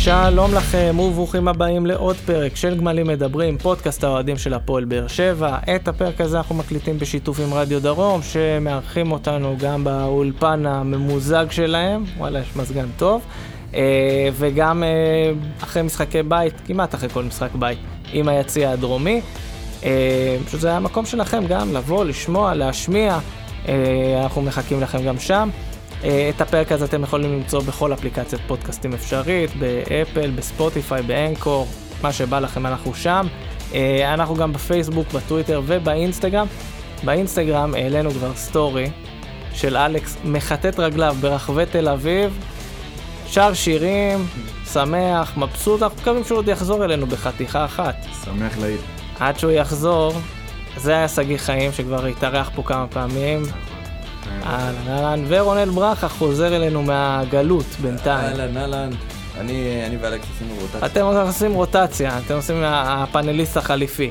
שלום לכם וברוכים הבאים לעוד פרק של גמלים מדברים, פודקאסט האוהדים של הפועל באר שבע. את הפרק הזה אנחנו מקליטים בשיתוף עם רדיו דרום, שמארחים אותנו גם באולפן הממוזג שלהם, וואלה יש מזגן טוב, וגם אחרי משחקי בית, כמעט אחרי כל משחק בית, עם היציע הדרומי. פשוט זה היה המקום שלכם גם לבוא, לשמוע, להשמיע, אנחנו מחכים לכם גם שם. את הפרק הזה אתם יכולים למצוא בכל אפליקציית פודקאסטים אפשרית, באפל, בספוטיפיי, באנקור, מה שבא לכם אנחנו שם. אנחנו גם בפייסבוק, בטוויטר ובאינסטגרם. באינסטגרם העלינו כבר סטורי של אלכס מחטט רגליו ברחבי תל אביב, שר שירים, שמח, מבסוט. אנחנו מקווים שהוא עוד יחזור אלינו בחתיכה אחת. שמח להיט. עד שהוא יחזור, זה היה סגי חיים שכבר התארח פה כמה פעמים. אהלן, ורונל ברכה חוזר אלינו מהגלות בינתיים. אהלן. אני ואלכס עושים רוטציה. אתם עושים רוטציה, אתם עושים הפאנליסט החליפי.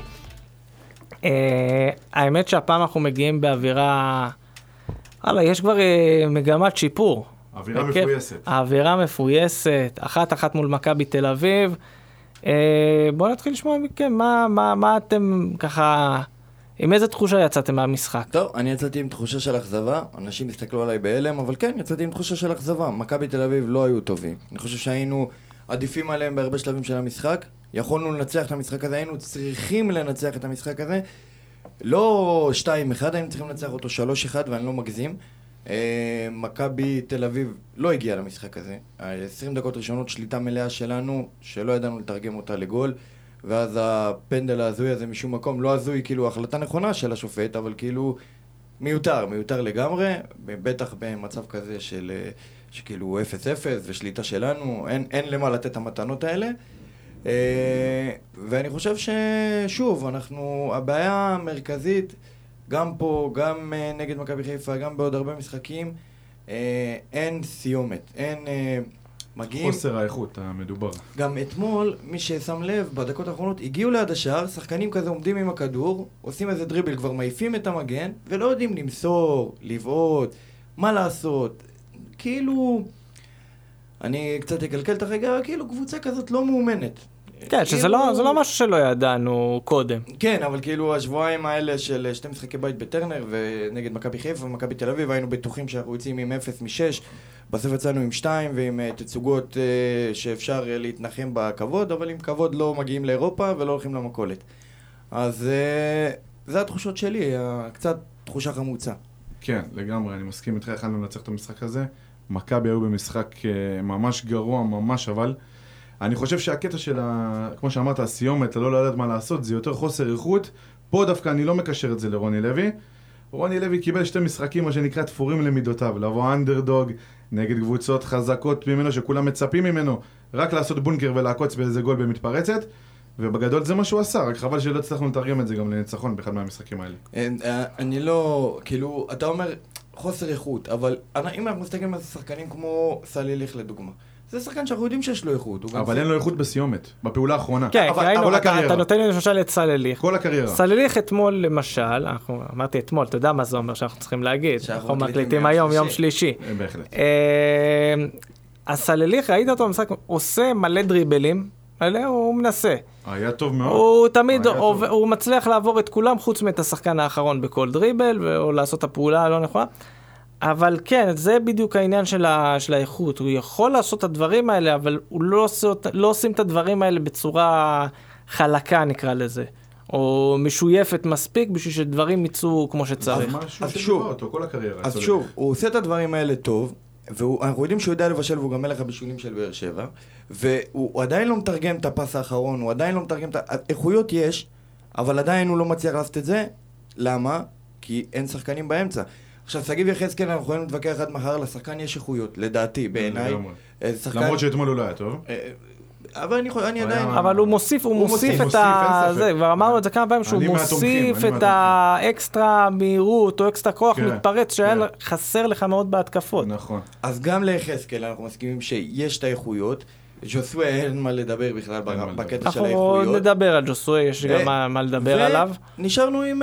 האמת שהפעם אנחנו מגיעים באווירה, יש כבר מגמת שיפור. אווירה מפויסת. האווירה מפויסת, אחת מול מכבי תל אביב. בואו נתחיל לשמוע מכם, מה אתם ככה... עם איזה תחושה יצאתם מהמשחק? טוב, אני יצאתי עם תחושה של אכזבה, אנשים הסתכלו עליי בהלם, אבל כן, יצאתי עם תחושה של אכזבה. מכבי תל אביב לא היו טובים. אני חושב שהיינו עדיפים עליהם בהרבה שלבים של המשחק. יכולנו לנצח את המשחק הזה, היינו צריכים לנצח את המשחק הזה. לא 2-1, היינו צריכים לנצח אותו 3-1, ואני לא מגזים. מכבי תל אביב לא הגיעה למשחק הזה. 20 דקות ראשונות שליטה מלאה שלנו, שלא ידענו לתרגם אותה לגול. ואז הפנדל ההזוי הזה משום מקום, לא הזוי, כאילו החלטה נכונה של השופט, אבל כאילו מיותר לגמרי, בטח במצב כזה של שכאילו 0-0 ושליטה שלנו, אין למה לתת את המתנות האלה. ואני חושב ששוב, הבעיה המרכזית, גם פה, גם נגד מכבי חיפה, גם בעוד הרבה משחקים, אין סיומת, אין... מגיעים... חוסר האיכות המדובר. גם אתמול, מי ששם לב, בדקות האחרונות, הגיעו ליד השער, שחקנים כזה עומדים עם הכדור, עושים איזה דריבל, כבר מעיפים את המגן, ולא יודעים למסור, לבעוט, מה לעשות. כאילו, אני קצת אקלקל את הרגע, כאילו קבוצה כזאת לא מאומנת. כן, שזה לא משהו שלא ידענו קודם. כן, אבל כאילו השבועיים האלה של 2 משחקי בית בטרנר, ונגד מכבי חיפה ומכבי תל אביב, היינו בטוחים שאנחנו יוצאים עם 0 מ-6, בסוף יצאנו עם 2 ועם תצוגות שאפשר להתנחם בכבוד, אבל עם כבוד לא מגיעים לאירופה ולא הולכים למכולת. אז זה התחושות שלי, קצת תחושה חמוצה. כן, לגמרי, אני מסכים איתך, יכולנו לנצח את המשחק הזה. מכבי היו במשחק ממש גרוע, ממש, אבל אני חושב שהקטע של, כמו שאמרת, הסיומת, לא לדעת מה לעשות, זה יותר חוסר איכות. פה דווקא אני לא מקשר את זה לרוני לוי. רוני לוי קיבל 2 משחקים, מה שנקרא תפורים למידותיו, לבוא אנדרדוג נגד קבוצות חזקות ממנו, שכולם מצפים ממנו רק לעשות בונקר ולעקוץ באיזה גול במתפרצת, ובגדול זה מה שהוא עשה, רק חבל שלא הצלחנו לתרגם את זה גם לניצחון באחד מהמשחקים האלה. אני לא, כאילו, אתה אומר חוסר איכות, אבל אם אנחנו מסתכלים על שחקנים כמו סליליך לדוגמה, זה שחקן שאנחנו יודעים שיש לו איכות. אבל אין לו איכות בסיומת, בפעולה האחרונה. כן, אתה נותן לי למשל את סליליך. כל הקריירה. סליליך אתמול למשל, אמרתי אתמול, אתה יודע מה זה אומר שאנחנו צריכים להגיד. אנחנו מקליטים היום, יום שלישי. בהחלט. הסליליך, ראית אותו במשחק, עושה מלא דריבלים, הוא מנסה. היה טוב מאוד. הוא תמיד, הוא מצליח לעבור את כולם, חוץ מאת השחקן האחרון בכל דריבל, או לעשות את הפעולה הלא נכונה. אבל כן, זה בדיוק העניין של האיכות. הוא יכול לעשות את הדברים האלה, אבל הוא לא עושים את הדברים האלה בצורה חלקה, נקרא לזה. או משויפת מספיק בשביל שדברים יצאו כמו שצריך. אז שוב, הוא עושה את הדברים האלה טוב, ואנחנו יודעים שהוא יודע לבשל, והוא גם מלך הבישולים של באר שבע, והוא עדיין לא מתרגם את הפס האחרון, הוא עדיין לא מתרגם את האיכויות יש, אבל עדיין הוא לא מצליח לעשות את זה. למה? כי אין שחקנים באמצע. עכשיו, סגיב יחזקאל, אנחנו יכולים להתווכח עד מחר, לשחקן יש איכויות, לדעתי, בעיניי. למרות שאתמול הוא לא היה טוב. אבל אני עדיין... אבל הוא מוסיף את זה, כבר אמרנו את זה כמה פעמים, שהוא מוסיף את האקסטרה מהירות או אקסטרה כוח מתפרץ, שהיה חסר לך מאוד בהתקפות. נכון. אז גם ליחזקאל אנחנו מסכימים שיש את האיכויות, ג'וסווה אין מה לדבר בכלל בקטע של האיכויות. אנחנו נדבר על ג'וסווה, יש גם מה לדבר עליו. ונשארנו עם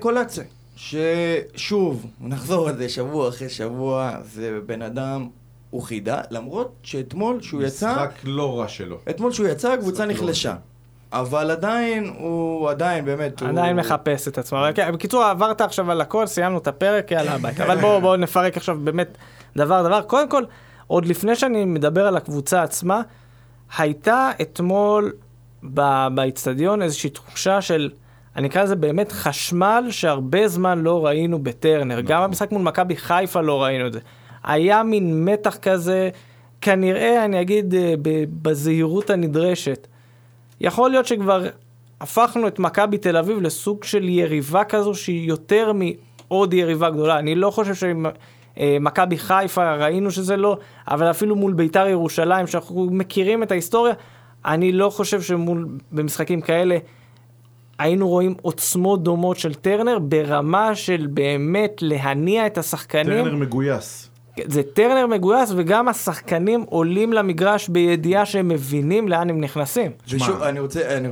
אקולציה. ששוב, נחזור על זה שבוע אחרי שבוע, זה בן אדם הוא חידה, למרות שאתמול שהוא יצא... משחק לא רע שלו. אתמול שהוא יצא, הקבוצה נחלשה. אבל עדיין, הוא עדיין באמת... עדיין מחפש את עצמו. בקיצור, עברת עכשיו על הכל, סיימנו את הפרק, יאללה הביתה. אבל בואו נפרק עכשיו באמת דבר. קודם כל, עוד לפני שאני מדבר על הקבוצה עצמה, הייתה אתמול באצטדיון איזושהי תחושה של, אני אקרא לזה באמת חשמל שהרבה זמן לא ראינו בטרנר. גם במשחק מול מכבי חיפה לא ראינו את זה. היה מין מתח כזה, כנראה, אני אגיד, בזהירות הנדרשת. יכול להיות שכבר הפכנו את מכבי תל אביב לסוג של יריבה כזו שהיא יותר מעוד יריבה גדולה. אני לא חושב שמכבי חיפה ראינו שזה לא, אבל אפילו מול ביתר ירושלים, שאנחנו מכירים את ההיסטוריה, אני לא חושב במשחקים כאלה היינו רואים עוצמות דומות של טרנר, ברמה של באמת להניע את השחקנים. טרנר מגויס. זה טרנר מגויס, וגם השחקנים עולים למגרש בידיעה שהם מבינים לאן הם נכנסים. ושוב, אני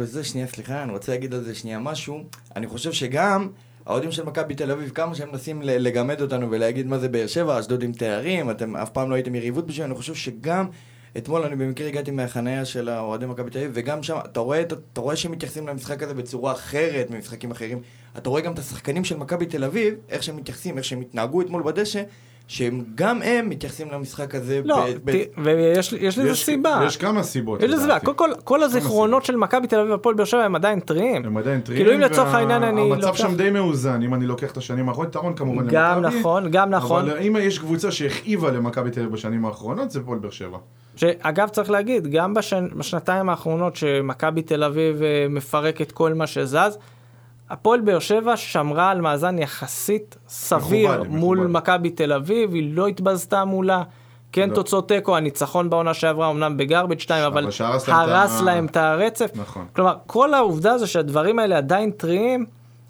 רוצה להגיד על זה שנייה משהו. אני חושב שגם האוהדים של מכבי תל אביב, כמה שהם מנסים לגמד אותנו ולהגיד מה זה באר שבע, אשדוד עם תארים, אתם אף פעם לא הייתם יריבות בשביל, אני חושב שגם אתמול אני במקרה הגעתי מהחניה של האוהדים מכבי תל אביב, וגם שם אתה רואה שהם מתייחסים למשחק הזה בצורה אחרת ממשחקים אחרים. אתה רואה גם את השחקנים של מכבי תל אביב, איך שהם מתייחסים, איך שהם התנהגו אתמול בדשא, שהם גם הם מתייחסים למשחק הזה. לא, ויש לזה סיבה. יש כמה סיבות. יש לזה סיבה. כל הזיכרונות של מכבי תל אביב והפועל באר שבע הם עדיין טריים. הם עדיין טריים. כאילו אם לצורך העניין אני לוקח... המצב שם די מאוזן, אם אני לוקח את השנים האחרונות, יתרון כמובן למכבי. גם נכון. אבל אם יש קבוצה שהכאיבה למכבי תל אביב בשנים האחרונות, זה הפועל באר שבע. שאגב צריך להגיד, גם בשנתיים האחרונות שמכבי תל אביב מפרק את כל מה שזז, הפועל באר שבע שמרה על מאזן יחסית סביר מול מכבי תל אביב, היא לא התבזתה מולה, כן תוצאות תיקו, הניצחון בעונה שעברה, אמנם בגרבג' 2, אבל הרס להם את הרצף. כלומר, כל העובדה זה שהדברים האלה עדיין טריים,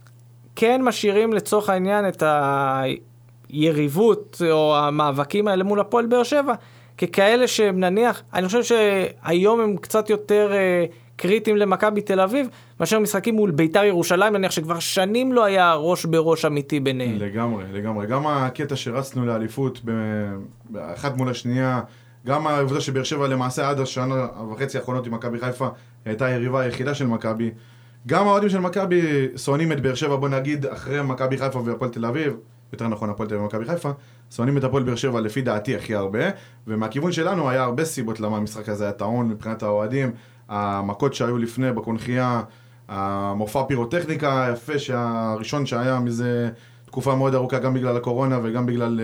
כן משאירים לצורך העניין את היריבות או המאבקים האלה מול הפועל באר שבע, ככאלה שהם נניח, אני חושב שהיום הם קצת יותר קריטיים למכבי תל אביב, מאשר משחקים מול ביתר ירושלים, נניח שכבר שנים לא היה ראש בראש אמיתי ביניהם. לגמרי. גם הקטע שרצנו לאליפות באחת מול השנייה, גם העובדה שבאר שבע למעשה עד השנה וחצי האחרונות עם מכבי חיפה הייתה היריבה היחידה של מכבי. גם האוהדים של מכבי שונאים את באר שבע, בוא נגיד, אחרי מכבי חיפה והפועל תל אביב, יותר נכון הפועל תל אביב ומכבי חיפה, שונאים את הפועל באר שבע לפי דעתי הכי הרבה, ומהכיוון שלנו היה הרבה סיבות למה המשחק הזה היה טעון מבחינת האוהדים, המכות שהיו לפני בקונחייה, המופע פירוטכניקה היפה שהראשון שהיה מזה תקופה מאוד ארוכה, גם בגלל הקורונה וגם בגלל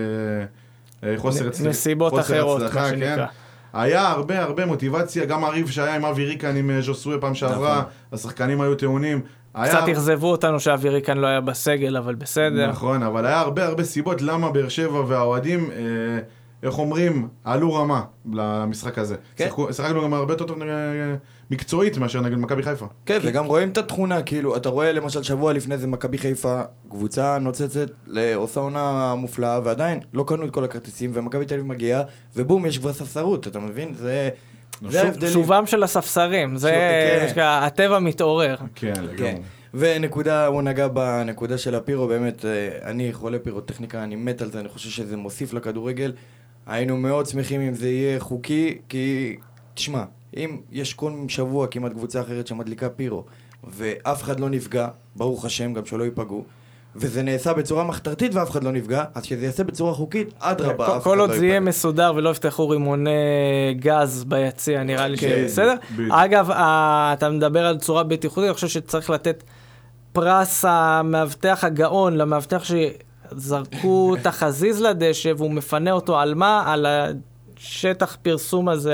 חוסר הצלחה. נסיבות אחרות, מה שנקרא. היה הרבה מוטיבציה, גם הריב שהיה עם אבי ריקן עם ז'וסוי פעם שעברה, השחקנים היו טעונים. קצת הכזבו אותנו שאבי ריקן לא היה בסגל, אבל בסדר. נכון, אבל היה הרבה סיבות למה באר שבע והאוהדים, איך אומרים, עלו רמה למשחק הזה. שחקנו גם הרבה יותר טוב מקצועית מאשר נגד מכבי חיפה. כן, וגם רואים את התכונה, כאילו, אתה רואה למשל שבוע לפני זה מכבי חיפה, קבוצה נוצצת לעושה עונה מופלאה, ועדיין לא קנו את כל הכרטיסים, ומכבי תל אביב מגיעה, ובום, יש כבר ספסרות, אתה מבין? זה ההבדלים. שובם של הספסרים, זה הטבע מתעורר. כן, לגמרי. ונקודה, הוא נגע בנקודה של הפירו, באמת, אני חולה פירוטכניקה, אני מת על זה, אני חושב שזה מוסיף לכדורגל. היינו מאוד שמחים אם זה יהיה חוקי, כי, תשמע, אם יש כל שבוע כמעט קבוצה אחרת שמדליקה פירו, ואף אחד לא נפגע, ברוך השם, גם שלא ייפגעו, וזה נעשה בצורה מחתרתית ואף אחד לא נפגע, אז שזה יעשה בצורה חוקית, עד רבה, אף אחד לא ייפגע. כל עוד זה יהיה מסודר ולא יפתחו רימוני גז ביציע, נראה לי שבסדר. אגב, אתה מדבר על צורה בטיחותית, אני חושב שצריך לתת פרס המאבטח הגאון, למאבטח שזרקו תחזיז לדשא, והוא מפנה אותו על מה? על השטח פרסום הזה,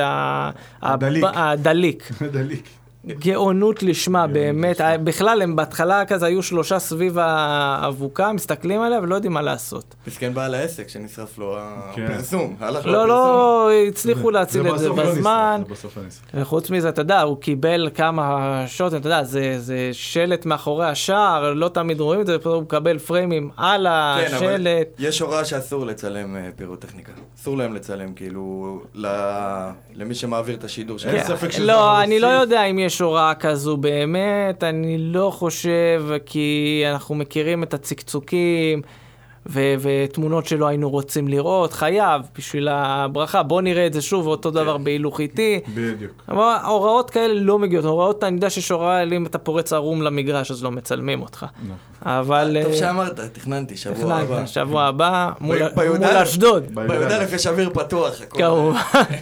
הדליק. גאונות לשמה, באמת. בכלל, הם בהתחלה כזה היו 3 סביב האבוקה, מסתכלים עליה ולא יודעים מה לעשות. מסכן בעל העסק שנשרף לו הפרסום. לא, הצליחו להציל את זה בזמן. וחוץ מזה, אתה יודע, הוא קיבל כמה שוטים, אתה יודע, זה שלט מאחורי השער, לא תמיד רואים את זה, הוא מקבל פריימים על השלט. יש הוראה שאסור לצלם פירוטכניקה. אסור להם לצלם, כאילו, למי שמעביר את השידור שלהם. לא, אני לא יודע אם יש הוראה כזו באמת, אני לא חושב, כי אנחנו מכירים את הצקצוקים, ותמונות שלו היינו רוצים לראות, חייב, בשביל הברכה, בוא נראה את זה שוב, אותו דבר בהילוך איתי. בדיוק. אבל הוראות כאלה לא מגיעות, הוראות, אני יודע שיש הוראה, אם אתה פורץ ערום למגרש, אז לא מצלמים אותך. אבל... טוב שאמרת, תכננתי, שבוע הבא. שבוע הבא, מול אשדוד. בי"א יש אוויר פתוח. כמובן.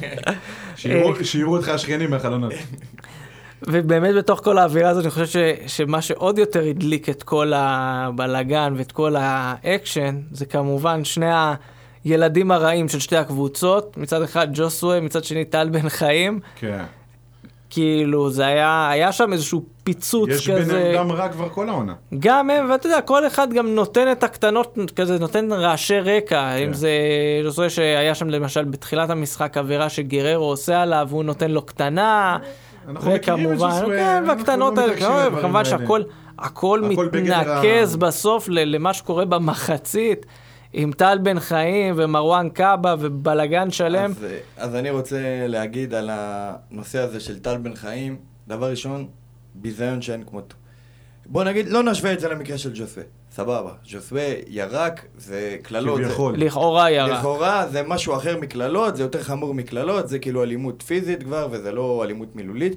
שיראו אותך השכנים מהחלונות. ובאמת בתוך כל האווירה הזאת, אני חושב שמה שעוד יותר הדליק את כל הבלגן ואת כל האקשן, זה כמובן שני הילדים הרעים של שתי הקבוצות, מצד אחד ג'וסווה, מצד שני טל בן חיים. כן. כאילו, זה היה שם איזשהו פיצוץ כזה. יש ביניהם גם רע כבר כל העונה. גם הם, ואתה יודע, כל אחד גם נותן את הקטנות, כזה נותן רעשי רקע, אם זה, ג'וסווה שהיה שם למשל בתחילת המשחק, עבירה שגררו עושה עליו, והוא נותן לו קטנה. וכמובן, כן, והקטנות האלה, וכמובן שהכל מתנקז בסוף למה שקורה במחצית, עם טל בן חיים ומרואן קאבה ובלגן שלם. אז אני רוצה להגיד על הנושא הזה של טל בן חיים, דבר ראשון, ביזיון שאין כמותו. בוא נגיד, לא נשווה את זה למקרה של ג'וסווה. סבבה, ג'וסווה ירק, זה כללות. לכאורה ירק. לכאורה זה משהו אחר מכללות, זה יותר חמור מכללות, זה כאילו אלימות פיזית כבר, וזה לא אלימות מילולית.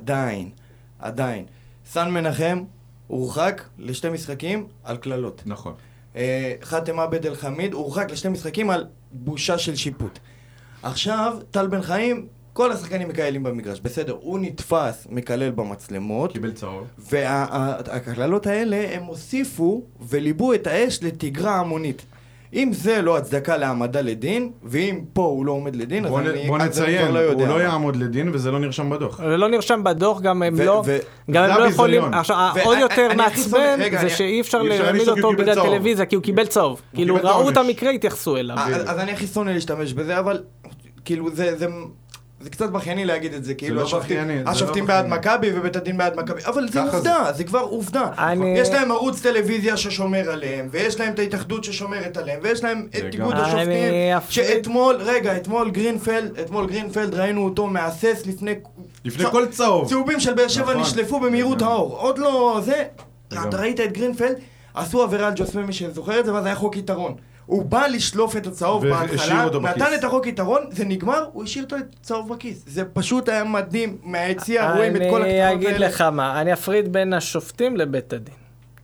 עדיין. סן מנחם הורחק לשתי משחקים על כללות. נכון. חאתם עבד אל חמיד הורחק לשתי משחקים על בושה של שיפוט. עכשיו, טל בן חיים, כל השחקנים מקללים במגרש, בסדר, הוא נתפס מקלל במצלמות. קיבל צהוב. והכללות האלה הם הוסיפו וליבו את האש לתגרה המונית. אם זה לא הצדקה להעמדה לדין, ואם פה הוא לא עומד לדין, אז בוא נציין, הוא לא יעמוד לדין וזה לא נרשם בדוח. זה לא נרשם בדוח, גם הם לא יכולים... עכשיו, עוד יותר מעצבן זה שאי אפשר להעמיד אותו בגלל טלוויזיה, כי הוא קיבל צהוב. כאילו, ראו את המקרה, התייחסו אליו. אז אני הכי שונא להשתמש בזה, אבל כאילו זה קצת בכייני להגיד את זה, כאילו השופטים בעד מכבי ובית הדין בעד מכבי, אבל זה עובדה, זה כבר עובדה. יש להם ערוץ טלוויזיה ששומר עליהם, ויש להם את ההתאחדות ששומרת עליהם, ויש להם את איגוד השופטים, אתמול גרינפלד ראינו אותו מעסס לפני כל צהוב. צהובים של באר שבע נשלפו במהירות האור, עוד לא זה, אתה ראית את גרינפלד, עשו עבירה על ג'וסווה מי שזוכר את זה, ואז היה חוק יתרון. הוא בא לשלוף את הצהוב בהתחלה, נתן את החוק יתרון, זה נגמר, הוא השאיר אותו את צהוב בכיס. זה פשוט היה מדהים, מהיציאה רואים את כל הקטנות האלה. אני אגיד לך מה, אני אפריד בין השופטים לבית הדין.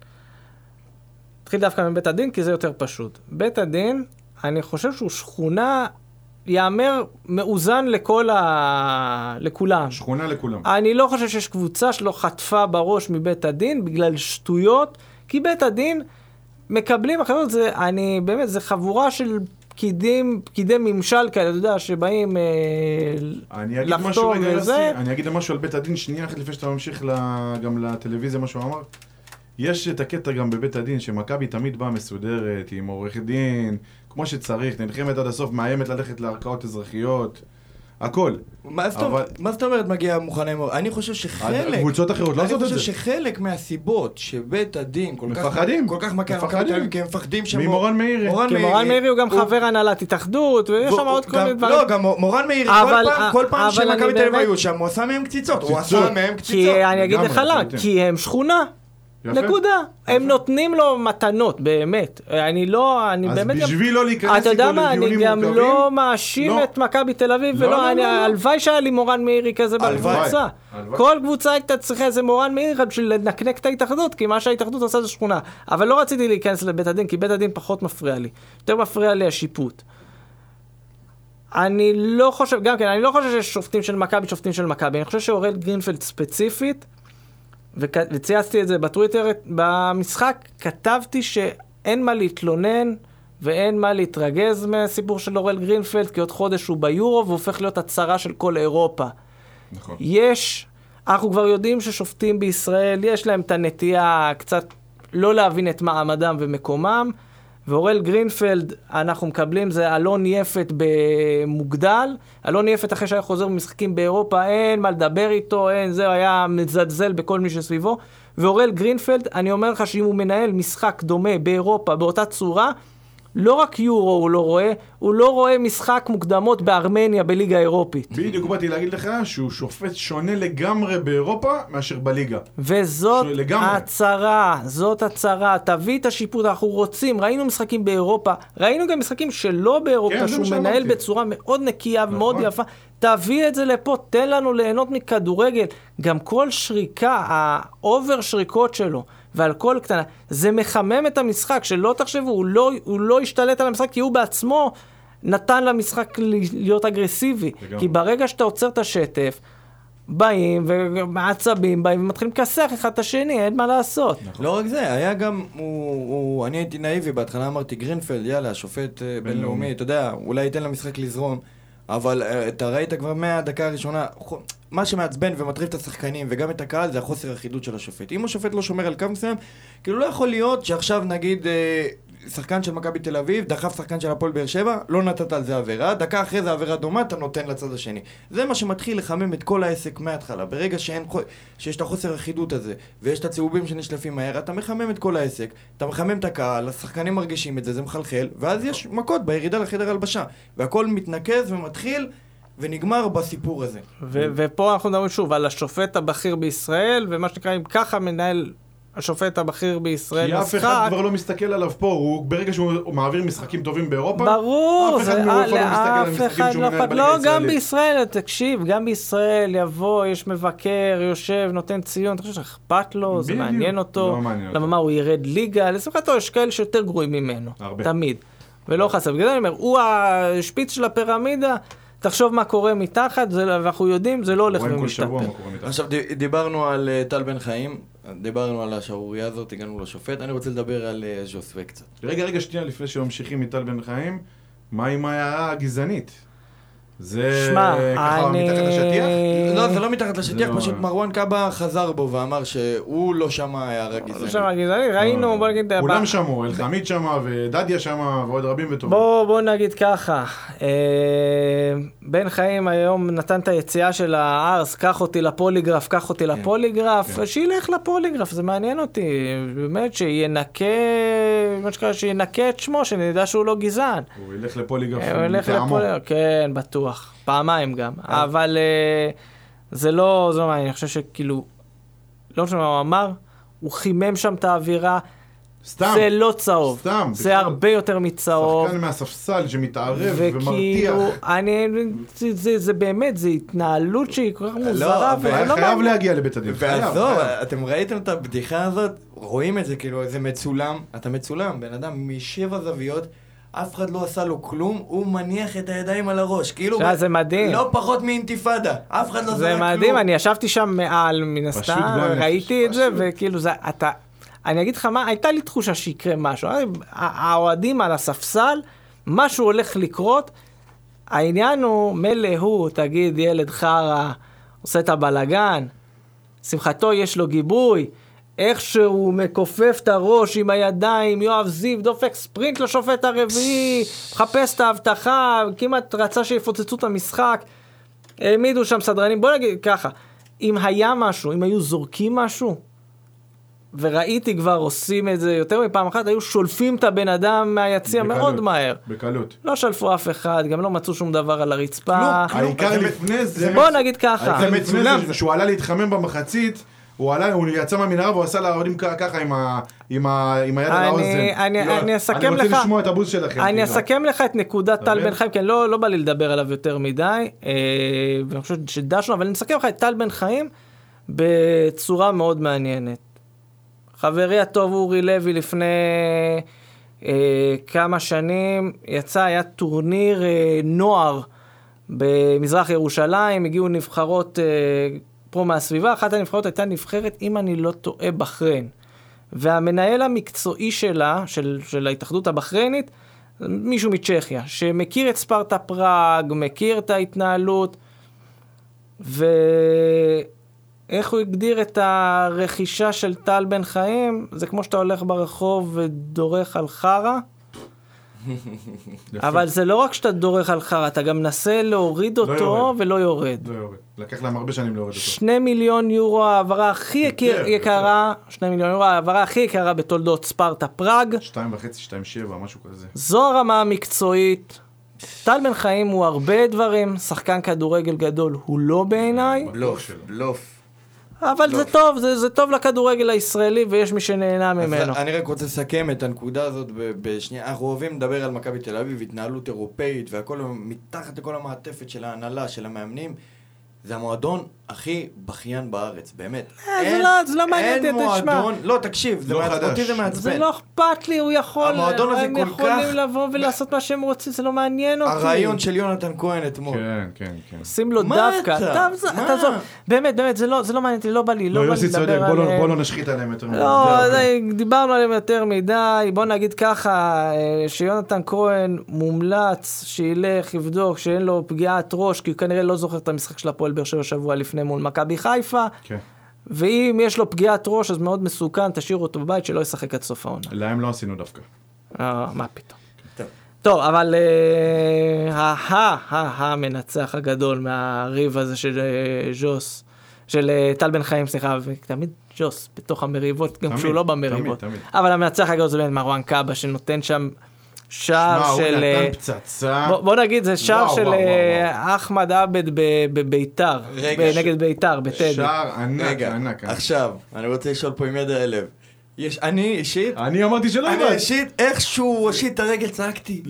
התחיל דווקא מבית הדין, כי זה יותר פשוט. בית הדין, אני חושב שהוא שכונה, יאמר מאוזן לכולם. שכונה לכולם. אני לא חושב שיש קבוצה שלא חטפה בראש מבית הדין, בגלל שטויות, כי בית הדין מקבלים אחרות, באמת, זה חבורה של פקידי ממשל כאלה, אתה יודע, שבאים לחתום וזה. אני אגיד משהו על בית הדין, שנייה אחת לפני שאתה ממשיך גם לטלוויזיה, מה שהוא אמר. יש את הקטע גם בבית הדין, שמכבי תמיד באה מסודרת, עם עורך דין, כמו שצריך, נלחמת עד הסוף, מאיימת ללכת לערכאות אזרחיות. הכל. מה זאת אומרת מגיע מוכנה עם... אני חושב שחלק... קבוצות אחרות לא עושות את זה. אני חושב שחלק מהסיבות שבית הדין כל כך מפחדים. כי הם מפחדים ממורן מאירי. כי מורן מאירי הוא גם חבר הנהלת התאחדות, ויש שם עוד כל מיני דברים. לא, גם מורן מאירי, כל פעם שמכבי תל אביב היו שם, הוא עשה מהם קציצות. כי אני אגיד לך לה, כי הם שכונה. נקודה. הם נותנים לו מתנות, באמת. אני באמת גם... אז בשביל לא להיכנס אתה יודע מה, אני גם לא מאשים את מכבי תל אביב, ולא, הלוואי שהיה לי מורן מאירי כזה בקבוצה. כל קבוצה הייתה צריכה איזה מורן מאירי בשביל לנקנק את ההתאחדות, כי מה שההתאחדות עושה זה שכונה. אבל לא רציתי להיכנס לבית הדין, כי בית הדין פחות מפריע לי. יותר מפריע לי השיפוט. אני לא חושב שיש שופטים של מכבי, אני חושב שאורל גרינפלד ספציפית, וצייצתי את זה בטוויטר, במשחק כתבתי שאין מה להתלונן ואין מה להתרגז מהסיפור של אורל גרינפלד, כי עוד חודש הוא ביורו והופך להיות הצרה של כל אירופה. נכון. אנחנו כבר יודעים ששופטים בישראל, יש להם את הנטייה קצת לא להבין את מעמדם ומקומם, ואורל גרינפלד, אנחנו מקבלים, זה אלון יפת במוגדל, אלון יפת אחרי שהיה חוזר במשחקים באירופה, אין מה לדבר איתו, זה היה מזלזל בכל מי שסביבו, ואורל גרינפלד, אני אומר לך שאם הוא מנהל משחק דומה באירופה, באותה צורה, לא רק יורו הוא לא רואה משחק מוקדמות בארמניה בליגה האירופית. בדיוק באתי להגיד לך שהוא שופט שונה לגמרי באירופה מאשר בליגה. וזאת הצרה, תביא את השיפוט, אנחנו רוצים, ראינו משחקים באירופה, ראינו גם משחקים שלא באירופה, כן, שהוא מנהל בצורה מאוד נקייה ומאוד יפה, תביא את זה לפה, תן לנו ליהנות מכדורגל, גם כל שריקה, האובר שריקות שלו, ועל כל קטנה, זה מחמם את המשחק, שלא תחשבו, הוא לא ישתלט על המשחק, כי הוא בעצמו נתן למשחק להיות אגרסיבי, כי ברגע שאתה עוצר את השטף, באים ומעצבים, באים ומתחילים לכסח אחד את השני, אין מה לעשות. לא רק זה, היה גם, אני הייתי נאיבי, בהתחלה אמרתי גרינפלד, יאללה, שופט בינלאומי, אתה יודע, אולי ייתן למשחק לזרום, אבל אתה ראית כבר מהדקה הראשונה, מה שמעצבן ומטריף את השחקנים וגם את הקהל זה החוסר אחידות של השופט. אם השופט לא שומר על קו מסוים, כאילו לא יכול להיות שעכשיו נגיד שחקן של מכבי תל אביב דחף שחקן של הפועל באר שבע, לא נתת על זה עבירה, דקה אחרי זה עבירה דומה, אתה נותן לצד השני. זה מה שמתחיל לחמם את כל העסק מההתחלה. ברגע שיש את החוסר אחידות הזה ויש את הצהובים שנשלפים מהר, אתה מחמם את כל העסק, אתה מחמם את הקהל, השחקנים מרגישים את זה, זה מחלחל, ואז יש מכות בירידה לחדר הלבשה, והכל מתנקז ומתחיל ונגמר בסיפור הזה. ופה אנחנו מדברים שוב על השופט הבכיר בישראל, ומה שנקרא, אם ככה מנהל השופט הבכיר בישראל כי אף אחד כבר לא מסתכל עליו פה, ברגע שהוא מעביר משחקים טובים באירופה, ברור, אף אחד לא מסתכל על המשחקים שהוא מנהל בליגה הישראלית. גם בישראל, תקשיב, גם בישראל יבוא, יש מבקר, יושב, נותן ציון, אתה חושב שאכפת לו, זה מעניין אותו, למה מה, הוא ירד ליגה, לשמחתו יש כאלה שיותר גרועים ממנו, תמיד, ולא חסר. בגלל זה אני אומר, הוא השפיץ של הפירמידה, תחשוב מה קורה מתחת, ואנחנו יודעים, זה לא הולך ומשתפר. עכשיו, דיברנו על טל בן חיים, דיברנו על השערוריה הזאת, הגענו לשופט, אני רוצה לדבר על ז'וסווה קצת. רגע, שנייה, לפני שממשיכים מטל בן חיים, מה עם ההערה הגזענית? זה ככה מתחת לשטיח? לא, זה לא מתחת לשטיח, פשוט מרואן קאבה חזר בו ואמר שהוא לא שמע הערה גזענית. לא שמע גזענית, ראינו, בוא נגיד... כולם שמעו, אלחמיד שמע ודדיה שמע ועוד רבים וטובים. בוא נגיד ככה, בן חיים היום נתן את היציאה של הארס, קח אותי לפוליגרף, שילך לפוליגרף, זה מעניין אותי, באמת שינקה את שמו, שנדע שהוא לא גזען. הוא ילך לפוליגרף מטעמו. כן, בטוח. פעמיים גם. אבל זה לא מעניין. אני חושב שכאילו, לא משנה מה הוא אמר, הוא חימם שם את האווירה. סתם. זה לא צהוב. סתם. זה הרבה יותר מצהוב. שחקן מהספסל שמתערב ומרתיח. וכאילו, זה באמת, זה התנהלות שהיא כל כך מוזרה. חייב להגיע לבית הדין. ועזוב, אתם ראיתם את הבדיחה הזאת? רואים את זה כאילו, זה מצולם. אתה מצולם, בן אדם משבע זוויות. אף אחד לא עשה לו כלום, הוא מניח את הידיים על הראש, כאילו... זה מדהים. לא פחות מאינתיפאדה, אף אחד לא עשה כלום. זה מדהים, אני ישבתי שם מעל, מן הסתם, ראיתי את זה, וכאילו זה, אני אגיד לך מה, הייתה לי תחושה שיקרה משהו, האוהדים על הספסל, משהו הולך לקרות, העניין הוא, מלא הוא, תגיד, ילד חרה, עושה את הבלגן, שמחתו יש לו גיבוי, איך שהוא מקופף את הראש עם הידיים, יואב זיו דופק ספרינט לשופט הרביעי, מחפש את ההבטחה, כמעט רצה שיפוצצו את המשחק, העמידו שם סדרנים, בוא נגיד ככה, אם היה משהו, אם היו זורקים משהו, וראיתי כבר עושים את זה יותר מפעם אחת, היו שולפים את הבן אדם מהיציע מאוד מהר. בקלות. לא שלפו אף אחד, גם לא מצאו שום דבר על הרצפה. העיקר לפני זה... בוא נגיד ככה. זה מצולם, שהוא עלה להתחמם במחצית, הוא יצא מהמנהרה והוא עשה להורים ככה עם היד על האוזן. אני אסכם לך... אני רוצה לשמוע את הבוז שלכם. אני אסכם לך את נקודת טל בן חיים, כי לא בא לי לדבר עליו יותר מדי, ואני חושב שדשנו, אבל אני אסכם לך את טל בן חיים בצורה מאוד מעניינת. חברי הטוב אורי לוי לפני כמה שנים היה טורניר נוער במזרח ירושלים, הגיעו נבחרות פה מהסביבה, אחת הנבחרות הייתה נבחרת, אם אני לא טועה, בחריין. והמנהל המקצועי שלה, של ההתאחדות הבחריינית, מישהו מצ'כיה, שמכיר את ספרטה פראג, מכיר את ההתנהלות, איך הוא הגדיר את הרכישה של טל בן חיים? זה כמו שאתה הולך ברחוב ודורך על חרה, אבל זה לא רק שאתה דורך על חרא, אתה גם מנסה להוריד אותו ולא יורד. לא יורד. לקח להם הרבה שנים להוריד אותו. 2 מיליון יורו העברה הכי יקרה, 2 מיליון יורו העברה הכי יקרה בתולדות ספרטה פראג. 2.5, 2.7, משהו כזה. זו הרמה המקצועית. טל בן חיים הוא הרבה דברים, שחקן כדורגל גדול הוא לא בעיניי. בלוף. אבל זה טוב, זה טוב לכדורגל הישראלי ויש מי שנהנה ממנו. אני רק רוצה לסכם את הנקודה הזאת בשנייה. אנחנו אוהבים לדבר על מכבי תל אביב, התנהלות אירופאית והכל מתחת לכל המעטפת של ההנהלה, של המאמנים. זה המועדון הכי בכיין בארץ, באמת. זה לא מעניין אותי, תשמע. לא, תקשיב, אותי זה מעצבן. זה לא אכפת לי, הוא יכול, הם יכולים לבוא ולעשות מה שהם רוצים, זה לא מעניין אותי. הרעיון של יונתן כהן אתמול. כן. שים לו דווקא. באמת, זה לא מעניין אותי, לא בא לי לדבר עליהם. בוא לא נשחית עליהם יותר מדי. לא, דיברנו עליהם יותר מדי, בוא נגיד ככה, שיונתן כהן מומלץ, שילך, יבדוק, שאין לו פגיעת ראש, כי הוא כנראה לא זוכר את המשחק של הפועל באר שבע שבוע לפני מול מכבי חיפה, ואם יש לו פגיעת ראש, אז מאוד מסוכן, תשאיר אותו בבית, שלא ישחק עד סוף העונה. להם לא עשינו דווקא. מה פתאום. טוב, אבל המנצח הגדול מהריב הזה של ז'וס, של טל בן חיים, סליחה, ותמיד ז'וס בתוך המריבות, גם כשהוא לא במריבות. אבל המנצח הגדול זה מרואן קאבה, שנותן שם שער של... בוא נגיד, זה שער של אחמד עבד בביתר, נגד ביתר, בטדי. שער ענק. עכשיו, אני רוצה לשאול פה עם יד הלב. אני אישית... אני אמרתי שלא אני אישית, איכשהו הושיט את הרגל, צעקתי.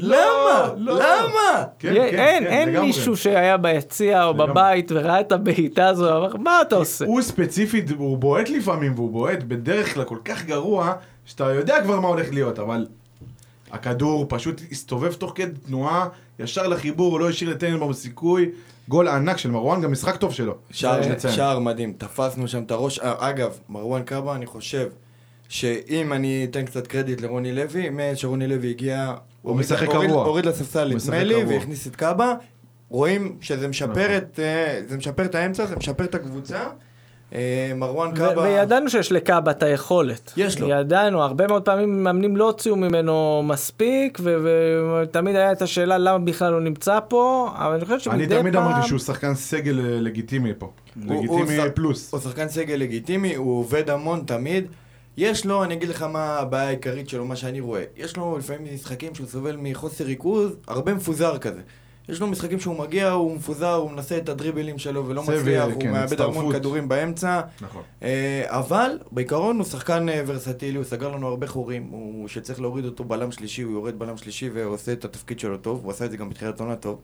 למה? אין מישהו שהיה ביציע או בבית וראה את הבעיטה הזו, אמר, מה אתה עושה? הוא ספציפית, הוא בועט לפעמים, והוא בועט בדרך כלל כל כך גרוע, שאתה יודע כבר מה הולך להיות, אבל... הכדור פשוט הסתובב תוך כדי תנועה, ישר לחיבור, הוא לא השאיר לטננבאום סיכוי, גול ענק של מרואן, גם משחק טוב שלו. שער מדהים, תפסנו שם את הראש. אגב, מרואן קאבה, אני חושב שאם אני אתן קצת קרדיט לרוני לוי, שרוני לוי הגיע, הוא משחק קרוע. הוריד לספסל את מלי והכניס את קאבה, רואים שזה משפר את האמצע, זה משפר את הקבוצה. מרואן קאבה... וידענו שיש לקאבה את היכולת. יש לו. ידענו, הרבה מאוד פעמים מאמנים לא הוציאו ממנו מספיק, ותמיד היה את השאלה למה בכלל הוא נמצא פה, אבל אני חושב שמדי פעם... אני תמיד אמרתי שהוא שחקן סגל לגיטימי פה. לגיטימי פלוס. הוא שחקן סגל לגיטימי, הוא עובד המון תמיד. יש לו, אני אגיד לך מה הבעיה העיקרית שלו, מה שאני רואה. יש לו לפעמים משחקים שהוא סובל מחוסר ריכוז, הרבה מפוזר כזה. יש לו משחקים שהוא מגיע, הוא מפוזר, הוא מנסה את הדריבלים שלו ולא מצליח, הוא מאבד המון כדורים באמצע. נכון. אבל בעיקרון הוא שחקן ורסטילי, הוא סגר לנו הרבה חורים, הוא שצריך להוריד אותו בלם שלישי, הוא יורד בלם שלישי ועושה את התפקיד שלו טוב, הוא עשה את זה גם בתחילת עונה טוב.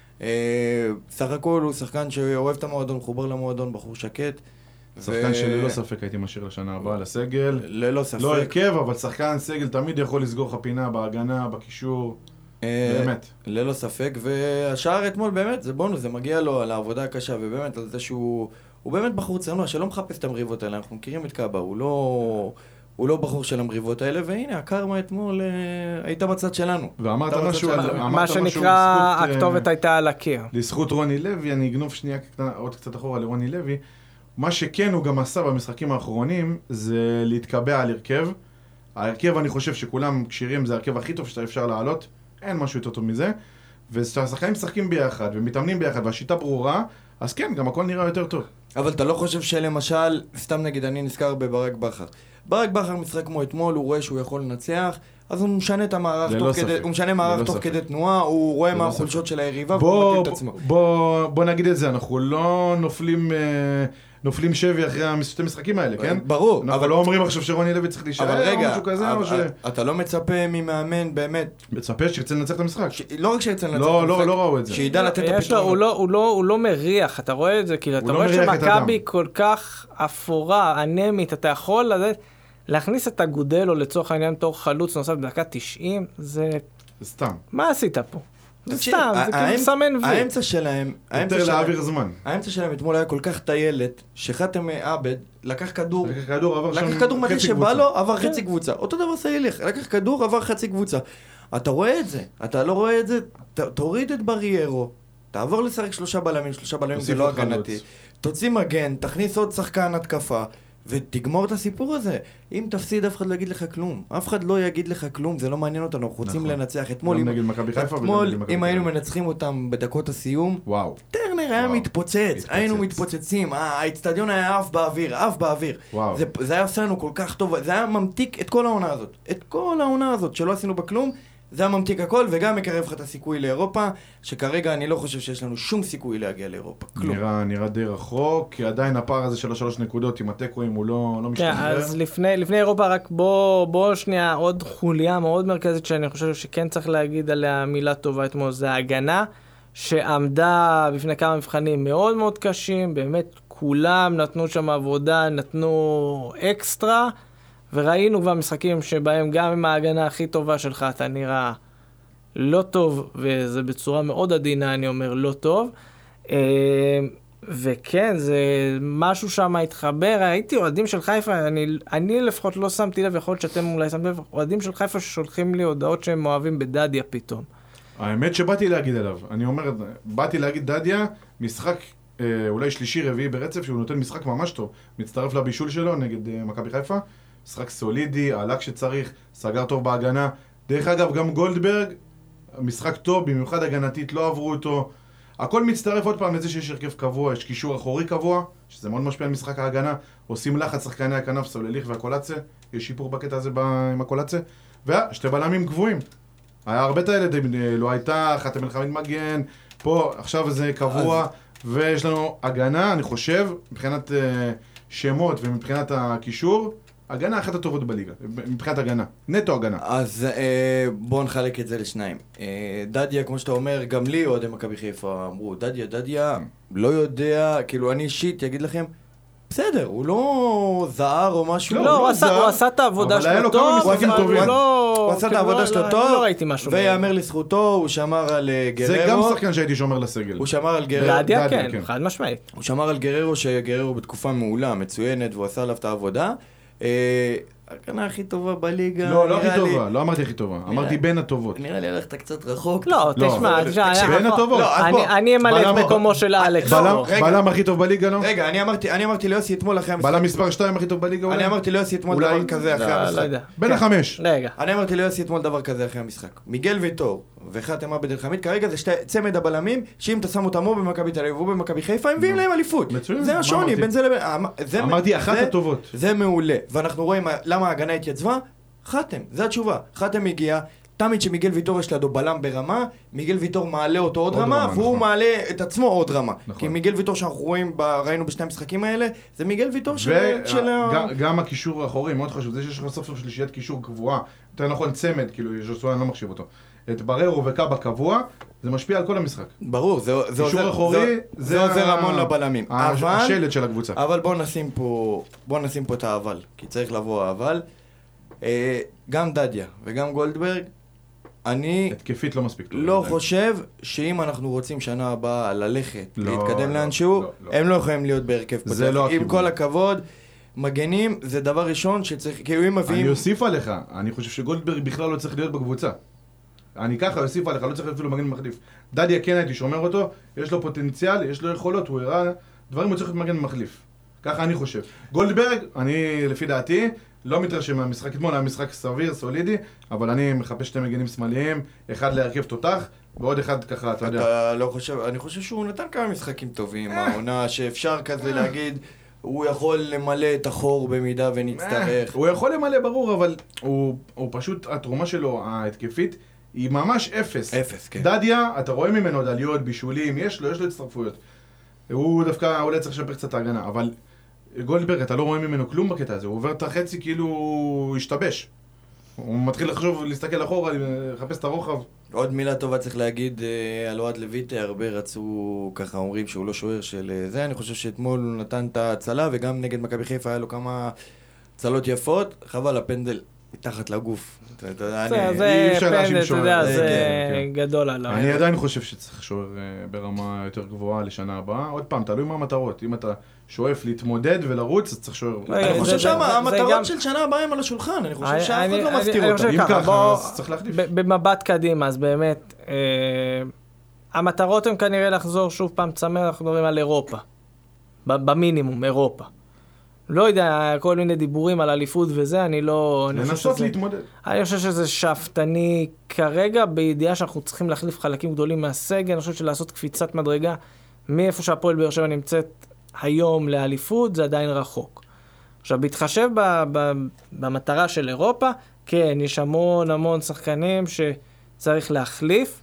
סך הכל הוא שחקן שאוהב את המועדון, חובר למועדון, בחור שקט. שחקן שללא ספק הייתי משאיר לשנה הבאה לסגל. ללא ספק. לא הרכב, אבל שחקן סגל תמיד יכול לסגור לך פינה בהגנה, בקישור. באמת. ללא ספק, והשער אתמול באמת, זה בונוס, זה מגיע לו על העבודה הקשה, ובאמת על זה שהוא באמת בחור צנוע, שלא מחפש את המריבות האלה, אנחנו מכירים את קאבה, הוא לא בחור של המריבות האלה, והנה, הקרמה אתמול הייתה בצד שלנו. ואמרת משהו, מה שנקרא, הכתובת הייתה על הקיר. לזכות רוני לוי, אני אגנוב שנייה עוד קצת אחורה לרוני לוי, מה שכן הוא גם עשה במשחקים האחרונים, זה להתקבע על הרכב. ההרכב, אני חושב שכולם קשירים, זה ההרכב הכי טוב שאתה אפשר לעלות. אין משהו יותר טוב מזה, וכשהשחקנים משחקים ביחד ומתאמנים ביחד והשיטה ברורה, אז כן, גם הכל נראה יותר טוב. אבל אתה לא חושב שלמשל, סתם נגיד, אני נזכר בברק בכר. ברק בכר משחק כמו אתמול, הוא רואה שהוא יכול לנצח, אז הוא משנה את המערך תוך כדי תנועה, הוא רואה מה החולשות של היריבה והוא מתאים את עצמו. בוא נגיד את זה, אנחנו לא נופלים שבי אחרי שתי משחקים האלה, כן? ברור. אנחנו לא אומרים עכשיו שרוני לוי צריך להישאר או משהו כזה, או ש... אתה לא מצפה ממאמן באמת... מצפה שירצה לנצח את המשחק. לא רק שירצה לנצח את המשחק. לא ראו את זה. שידע לתת את הפתרון. הוא לא מריח, אתה רואה את זה, כאילו, אתה רואה שמכבי כל כך אפורה, אנמית, אתה יכול להכניס את הגודל, או לצורך העניין תור חלוץ נוסף בדקה 90, זה... סתם. מה עשית פה? זה סתם, זה כאילו סמן וי. האמצע שלהם... יותר להעביר זמן. האמצע שלהם אתמול היה כל כך טיילת, שחתם עבד, לקח כדור מתי חצי שבא לו, עבר חצי קבוצה. אותו דבר סייליך, לקח כדור, עבר חצי קבוצה. אתה רואה את זה, אתה לא רואה את זה, תוריד את בריירו, תעבור לשחק 3 בלמים זה לא הגנתי. תוציא מגן, תכניס עוד שחקן התקפה, ותגמור את הסיפור הזה. אם תפסיד, אף אחד לא יגיד לך כלום. אף אחד לא יגיד לך כלום, זה לא מעניין אותנו, אנחנו רוצים לנצח. אתמול, אם היינו מנצחים אותם בדקות הסיום, טרנר היה מתפוצץ, היינו מתפוצצים, האצטדיון היה אף באוויר. זה היה עושה לנו כל כך טוב, זה היה ממתיק את כל העונה הזאת. את כל העונה הזאת שלא עשינו בכלום, זה היה ממתיק הכל, וגם מקרב לך את הסיכוי לאירופה, שכרגע אני לא חושב שיש לנו שום סיכוי להגיע לאירופה. כלום. נראה די רחוק, כי עדיין הפער הזה של 3 נקודות עם הטקואים הוא לא משתחרר. כן, אז לפני אירופה רק בוא שנייה, עוד חוליה מאוד מרכזית שאני חושב שכן צריך להגיד עליה מילה טובה אתמול, זה ההגנה, שעמדה בפני כמה מבחנים מאוד מאוד קשים, באמת כולם נתנו שם עבודה, נתנו אקסטרה, וראינו כבר משחקים שבהם גם עם ההגנה הכי טובה שלך אתה נראה לא טוב, וזה בצורה מאוד עדינה אני אומר לא טוב, וכן זה משהו שם התחבר, ראיתי אוהדים של חיפה, אני לפחות לא שמתי לב, יכול להיות שאתם אולי שמתם לב, אוהדים של חיפה ששולחים לי הודעות שהם אוהבים בדדיה פתאום. האמת שבאתי להגיד עליו, אני אומר, באתי להגיד דדיה, משחק אולי שלישי רביעי ברצף, שהוא נותן משחק ממש טוב, מצטרף לבישול שלו נגד מכבי חיפה, משחק סולידי, עלה כשצריך, סגר טוב בהגנה. דרך אגב, גם גולדברג, משחק טוב, במיוחד הגנתית, לא עברו אותו. הכל מצטרף עוד פעם לזה שיש הרכב קבוע, יש קישור אחורי קבוע, שזה מאוד משפיע על משחק ההגנה. עושים לחץ שחקני הכנף, סולליך והקולציה, יש שיפור בקטע הזה עם הקולציה. ושתי בלמים גבוהים. היה הרבה תאלה, לא הייתה, חתם מלחמית מגן, פה עכשיו זה קבוע, ויש לנו הגנה, אני חושב, מבחינת שמות ומבחינת הקישור, הגנה אחת הטובות בליגה, מבחינת הגנה, נטו הגנה. אז בואו נחלק את זה לשניים. דדיה, כמו שאתה אומר, גם לי אוהדי מכבי חיפה אמרו, דדיה, לא יודע, כאילו אני אישית אגיד לכם, בסדר, הוא לא זהר או משהו. לא, הוא עשה את העבודה שלו טוב, הוא עשה את העבודה שלו טוב, לא ראיתי משהו. ויאמר לזכותו, הוא שמר על גררו. זה גם שחקן שהייתי שומר לסגל. הוא שמר על גררו. דדיה כן, חד משמעית. הוא שמר על גררו, שגררו בתקופה מעולה, מצוינת, והוא עשה עליו את העבודה. ההגנה הכי טובה בליגה. לא הכי טובה, לא אמרתי הכי טובה, אמרתי בין הטובות. נראה לי הלכת קצת רחוק. לא, תשמע, בין הטובות. אני אמלא את מקומו של אלכס. בלם הכי טוב בליגה, לא? רגע, אני אמרתי ליוסי אתמול אחרי המשחק. בלם מספר 2 הכי טוב בליגה אולי? אני אמרתי ליוסי אתמול דבר כזה אחרי המשחק. בין החמש. רגע. אני אמרתי ליוסי אתמול דבר כזה אחרי המשחק. מיגל ויטור וחתם עבד אל חמיד, כרגע זה צמד הבלמים, שאם אתה שם אותם או במכבי תל אביב או במכבי חיפה, הם מביאים להם אליפות. זה השוני בין זה לבין... אמרתי אחת הטובות. זה מעולה. ואנחנו רואים למה ההגנה התייצבה? חתם, זו התשובה. חתם הגיע, תמיד שמיגל ויטור יש לידו בלם ברמה, מיגל ויטור מעלה אותו עוד רמה, והוא מעלה את עצמו עוד רמה. כי מיגל ויטור שאנחנו ראינו בשני המשחקים האלה, זה מיגל ויטור של... גם הקישור האחורי, מאוד חשוב, זה שיש לך סוף סוף שלישיית קישור קבועה, יותר נכון צמד, כאילו ז'וסואן אני לא מחשיב אותו. את בררו וקאבה קבוע, זה משפיע על כל המשחק. ברור, זה עוזר המון לבלמים. השלד של הקבוצה. אבל בואו נשים פה את האבל, כי צריך לבוא האבל. גם דדיה וגם גולדברג, אני התקפית לא מספיק לא חושב שאם אנחנו רוצים שנה הבאה ללכת, להתקדם לאנשהו, הם לא יכולים להיות בהרכב פתח. עם כל הכבוד, מגנים זה דבר ראשון שצריך, כאילו אם מביאים... אני אוסיף עליך, אני חושב שגולדברג בכלל לא צריך להיות בקבוצה. אני ככה אוסיף עליך, לא צריך אפילו מגן מחליף. דדיה כן הייתי שומר אותו, יש לו פוטנציאל, יש לו יכולות, הוא הראה דברים, הוא צריך להיות מגן מחליף. ככה אני חושב. גולדברג, אני לפי דעתי, לא מתרשם מהמשחק אתמול, היה משחק סביר, סולידי, אבל אני מחפש שתי מגנים שמאליים, אחד להרכב תותח, ועוד אחד ככה, אתה יודע. אתה לא חושב, אני חושב שהוא נתן כמה משחקים טובים, העונה שאפשר כזה להגיד, הוא יכול למלא את החור במידה ונצטרך. הוא יכול למלא ברור, אבל הוא פשוט, התרומה שלו, ההתקפית, היא ממש אפס. אפס, כן. דדיה, אתה רואה ממנו דליות, בישולים, יש לו הצטרפויות. הוא דווקא אולי צריך לשפר קצת ההגנה, אבל גולדברג, אתה לא רואה ממנו כלום בקטע הזה, הוא עובר את החצי כאילו הוא השתבש. הוא מתחיל לחשוב, להסתכל אחורה, לחפש את הרוחב. עוד מילה טובה צריך להגיד על אוהד לויטה, הרבה רצו, ככה אומרים שהוא לא שוער של זה, אני חושב שאתמול הוא נתן את ההצלה, וגם נגד מכבי חיפה היה לו כמה הצלות יפות, חבל הפנדל מתחת לגוף. זה פנדל, אתה יודע, זה גדול עליו. אני עדיין חושב שצריך שוער ברמה יותר גבוהה לשנה הבאה. עוד פעם, תלוי מה המטרות. אם אתה שואף להתמודד ולרוץ, אז צריך שוער. אני חושב שהמטרות של שנה הבאה הם על השולחן. אני חושב שאף אחד לא מסתיר אותם. אם ככה, אז צריך להחליף. במבט קדימה, אז באמת, המטרות הן כנראה לחזור שוב פעם צמר, אנחנו מדברים על אירופה. במינימום, אירופה. לא יודע, כל מיני דיבורים על אליפות וזה, אני לא... לנסות להתמודד. אני חושב שזה שאפתני כרגע, בידיעה שאנחנו צריכים להחליף חלקים גדולים מהסגל, אני חושב שלעשות קפיצת מדרגה, מאיפה שהפועל באר שבע נמצאת היום לאליפות, זה עדיין רחוק. עכשיו, בהתחשב במטרה של אירופה, כן, יש המון שחקנים שצריך להחליף.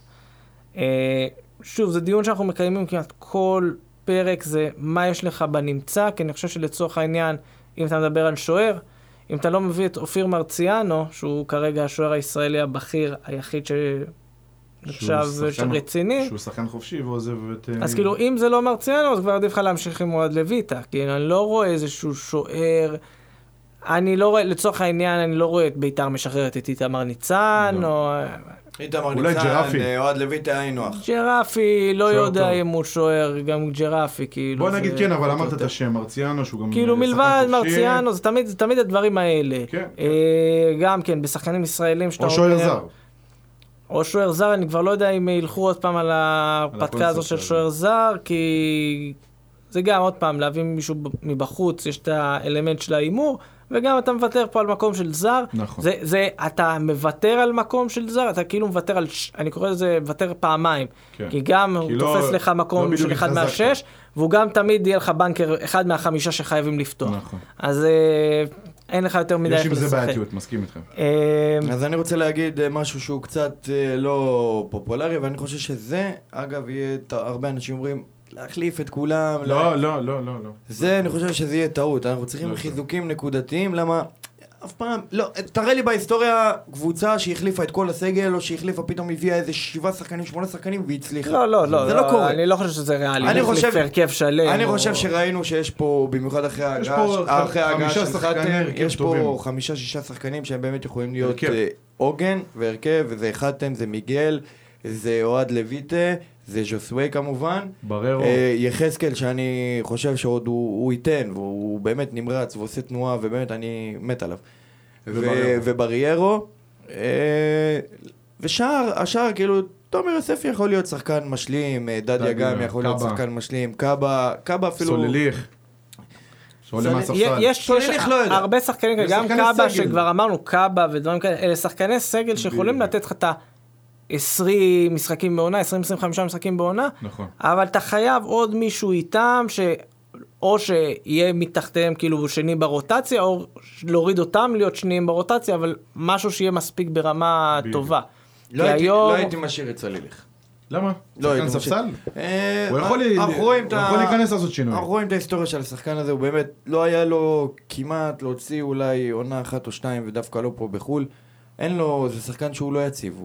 שוב, זה דיון שאנחנו מקיימים כמעט כל פרק, זה מה יש לך בנמצא, כי אני חושב שלצורך העניין, אם אתה מדבר על שוער, אם אתה לא מביא את אופיר מרציאנו, שהוא כרגע השוער הישראלי הבכיר היחיד שנחשב רציני. שהוא שחקן חופשי ועוזב את... אז כאילו, אם זה לא מרציאנו, אז כבר עדיף לך להמשיך עם אוהד לויטה, כי אני לא רואה איזשהו שוער, אני לא רואה, לצורך העניין, אני לא רואה את בית"ר משחררת את איתמר ניצן, או... איתמר ניצן, אוהד לויטה היה נוח. ג'רפי, לא יודע אם הוא שוער, גם ג'רפי, כאילו... בוא נגיד כן, אבל אמרת את השם, מרציאנו, שהוא גם... כאילו מלבד מרציאנו, זה תמיד הדברים האלה. כן. גם כן, בשחקנים ישראלים שאתה אומר... או שוער זר. או שוער זר, אני כבר לא יודע אם ילכו עוד פעם על ההרפתקה הזו של שוער זר, כי זה גם עוד פעם, להביא מישהו מבחוץ, יש את האלמנט של האימור, וגם אתה מוותר פה על מקום של זר. נכון. אתה מוותר על מקום של זר, אתה כאילו מוותר על, אני קורא לזה, מוותר פעמיים. כן. כי גם הוא תופס לך מקום של אחד מהשש, והוא גם תמיד יהיה לך בנקר, אחד מהחמישה שחייבים לפתוח. נכון. אז אין לך יותר מדי... יש עם זה בעייתיות, מסכים איתכם. אז אני רוצה להגיד משהו שהוא קצת לא פופולרי, ואני חושב שזה, אגב, יהיה הרבה אנשים אומרים, להחליף את כולם. לא. זה, אני חושב שזה יהיה טעות. אנחנו צריכים חיזוקים נקודתיים, למה אף פעם, לא, תראה לי בהיסטוריה קבוצה שהחליפה את כל הסגל, או שהחליפה פתאום הביאה איזה 7 שחקנים, 8 שחקנים, והצליחה. לא, זה לא קורה. אני לא חושב שזה ריאלי. אני חושב שראינו שיש פה, במיוחד אחרי ההגעה של חתם, יש פה 5-6 שחקנים שהם באמת יכולים להיות עוגן והרכב, וזה חתם, זה מיגל, זה אוהד לויטה, זה ז'וסווי כמובן. בררו. יחזקאל שאני חושב שעוד הוא ייתן, והוא באמת נמרץ ועושה תנועה, ובאמת אני מת עליו. ובריירו. השאר כאילו, תומר יוספי יכול להיות שחקן משלים, דדיה גם יכול להיות שחקן משלים, קאבה אפילו... סולליך. יש הרבה שחקנים, גם קאבה שכבר אמרנו, קאבה ודברים כאלה, אלה שחקני סגל שיכולים לתת לך את 20 משחקים בעונה, 20-25 משחקים בעונה, נכון. אבל אתה חייב עוד מישהו איתם, או שיהיה מתחתיהם כאילו שני ברוטציה, או להוריד אותם להיות שניים ברוטציה, אבל משהו שיהיה מספיק ברמה טובה. לא הייתי משאיר את סליליך. למה? שחקן ספסל? הוא יכול להיכנס לעשות שינוי. אנחנו רואים את ההיסטוריה של השחקן הזה, הוא באמת לא היה לו כמעט להוציא אולי עונה 1 או 2, ודווקא לא פה בחול. אין לו, זה שחקן שהוא לא יציב,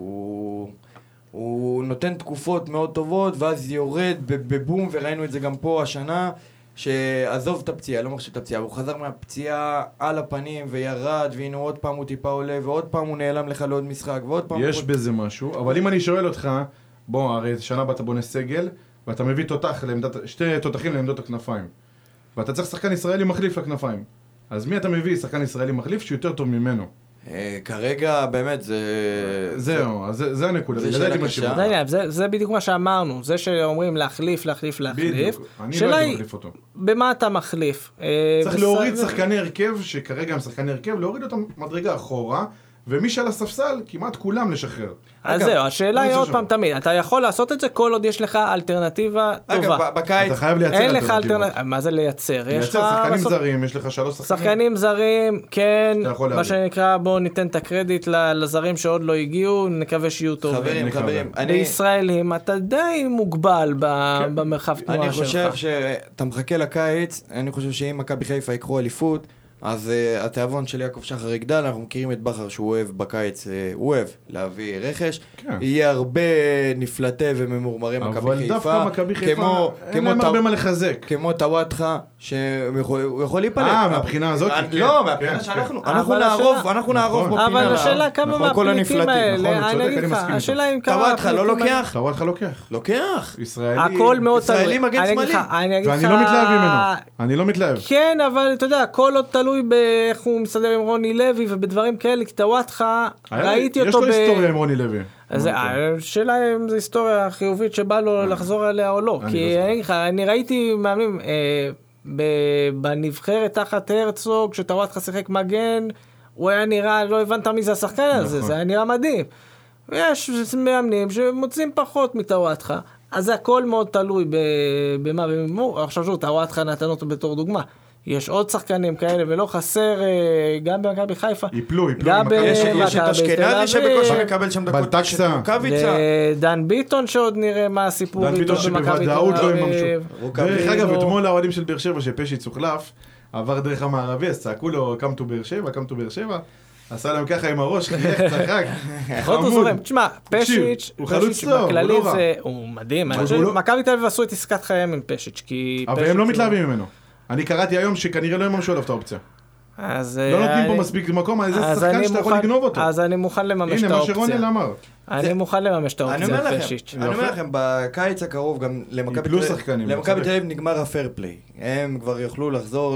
הוא נותן תקופות מאוד טובות, ואז יורד בבום, וראינו את זה גם פה השנה, שעזוב את הפציעה, לא מחשב את הפציעה, הוא חזר מהפציעה על הפנים וירד, והנה עוד פעם הוא טיפה עולה, ועוד פעם הוא נעלם לך לעוד משחק, ועוד פעם... יש בזה משהו, אבל אם אני שואל אותך, בוא, הרי שנה באת בונה סגל, ואתה מביא שתי תותחים לעמדות הכנפיים, ואתה צריך שחקן ישראלי מחליף לכנפיים, אז מי אתה מביא שחקן ישראלי מחליף שהוא יותר טוב ממנו? כרגע באמת זהו, זה הנקודה. זה בדיוק מה שאמרנו, זה שאומרים להחליף. בדיוק, אני לא הייתי מחליף אותו. במה אתה מחליף? צריך להוריד שחקני הרכב, שכרגע הם שחקני הרכב, להוריד אותם מדרגה אחורה, ומי שעל הספסל, כמעט כולם לשחרר. אז זהו, השאלה היא עוד פעם תמיד, אתה יכול לעשות את זה כל עוד יש לך אלטרנטיבה טובה. אגב, בקיץ... אתה חייב לייצר אלטרנטיבה. מה זה לייצר? לייצר שחקנים זרים, יש לך 3 שחקנים. שחקנים זרים, כן, מה שנקרא, בואו ניתן את הקרדיט לזרים שעוד לא הגיעו, נקווה שיהיו טובים. חברים. בישראלים, אתה די מוגבל במרחב תנועה שלך. אני חושב שאתה מחכה לקיץ, אני חושב שאם מכבי חיפה יקחו אליפות, אז התיאבון של יעקב שחר יגדל, אנחנו מכירים את בכר שהוא אוהב בקיץ, הוא אוהב להביא רכש, יהיה הרבה נפלטי וממורמרי מכבי חיפה, אבל דווקא מכבי חיפה, אין להם הרבה מה לחזק. כמו טוואטחה, שהוא יכול להיפלט. מהבחינה הזאת? לא, מהבחינה שאנחנו נערוב בפינה. אבל השאלה כמה מהפליטים האלה, אני אגיד לך, השאלה אם כמה... טוואטחה לא לוקח? טוואטחה לוקח. ישראלי מגן שמאלי. ואני לא מתלהב ממנו. אני לא מתלהב. כן, אבל אתה יודע, כל עוד תלוי באיך הוא מסדר עם רוני לוי ובדברים כאלה, כי טוואטחה, ראיתי אותו יש לו היסטוריה עם רוני לוי. אז השאלה אם זו היסטוריה חיובית שבא לו לחזור עליה או לא. כי אני ראיתי מאמנים, בנבחרת תחת הרצוג, כשטוואטחה שיחק מגן, הוא היה נראה, לא הבנת מי זה השחקן הזה, זה היה נראה מדהים. ויש מאמנים שמוצאים פחות מטוואטחה, אז זה הכל מאוד תלוי במה, עכשיו שוב, טוואטחה נתן אותו בתור דוגמה. יש עוד שחקנים כאלה, ולא חסר, גם במכבי חיפה. יפלו. גם יש את אשכנזי שבקושי מקבל שם דקות. בלטקסה. דן ביטון שעוד נראה מה הסיפור איתו במכבי תל אביב. דן ביטון שבוודאות לא יממשו. דרך אגב, אתמול האוהדים של באר שבע שפשיץ' הוחלף, עבר דרך המערבי, אז צעקו לו, קם טו באר שבע, עשה להם ככה עם הראש, חייך, צחק, חמוד. תשמע, פשיץ' בכללי הוא מדהים. מכבי תל אביב עשו את עסקת חייהם עם פשיץ', אבל הם לא מתלהבים ממנו. אני קראתי היום שכנראה לא יממשו עליו את האופציה. לא נותנים פה מספיק מקום, זה שחקן שאתה יכול לגנוב אותו. אז אני מוכן לממש את האופציה. הנה, מה שרונל אמר. אני מוכן לממש את האופציה, פשיץ'. אני אומר לכם, בקיץ הקרוב גם למכבי תל אביב נגמר הפייר פליי. הם כבר יוכלו לחזור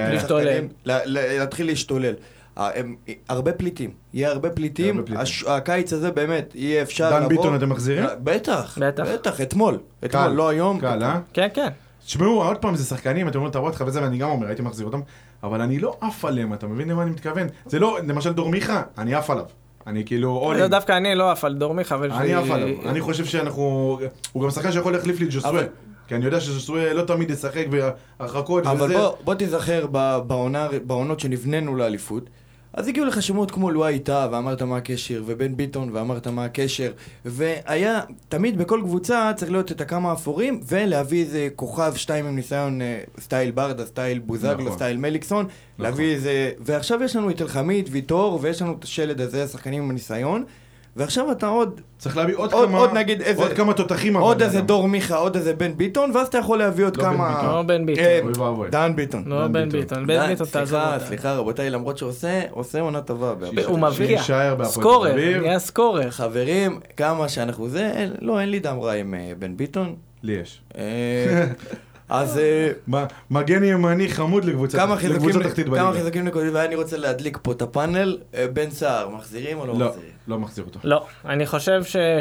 להתחיל להשתולל. הרבה פליטים, יהיה הרבה פליטים, הקיץ הזה באמת יהיה אפשר לבוא. דן ביטון אתם מחזירים? בטח, אתמול, לא היום. קל, אה? כן, כן. תשמעו, עוד פעם זה שחקנים, אתם אומרים טוואטחה וזה, ואני גם אומר, הייתי מחזיר אותם, אבל אני לא עף עליהם, אתה מבין למה אני מתכוון? זה לא, למשל דור מיכה, אני עף עליו. אני כאילו, דווקא אני לא עף על דור מיכה, אני עף עליו. אני חושב שאנחנו, הוא גם שחקן שיכול להחליף לי את ג'וסווה. כי אני יודע שג'וסווה לא תמיד ישחק והרחקות וזה. אבל בוא תיזכר בעונות שנבננו לאליפות, אז הגיעו לך שמות כמו לואי איתה, ואמרת מה הקשר, ובן ביטון, ואמרת מה הקשר, והיה, תמיד בכל קבוצה צריך להיות את הכמה אפורים, ולהביא איזה כוכב 2 עם ניסיון סטייל ברדה, סטייל בוזגלו, סטייל מליקסון, להביא איזה, ועכשיו יש לנו את אלחמיד, ויטור, ויש לנו את השלד הזה, השחקנים עם הניסיון, ועכשיו אתה עוד... צריך להביא עוד כמה תותחים. עוד איזה דור מיכה, עוד איזה בן ביטון, ואז אתה יכול להביא עוד כמה... לא בן ביטון. דן ביטון. לא בן ביטון. בן ביטון תעזור אותה. סליחה רבותיי, למרות שעושה עונה טובה. הוא מבריע. סקורר, נהיה סקורר. חברים, כמה שאנחנו זה... לא, אין לי דם רע עם בן ביטון. לי יש. אז... מגן ימני חמוד לקבוצה תחתית בליגה. כמה חיזוקים נקודים, ואני רוצה להדליק פה את הפאנל. בן סער, מחזירים או לא מחזירים? לא מחזיר אותו. לא, אני חושב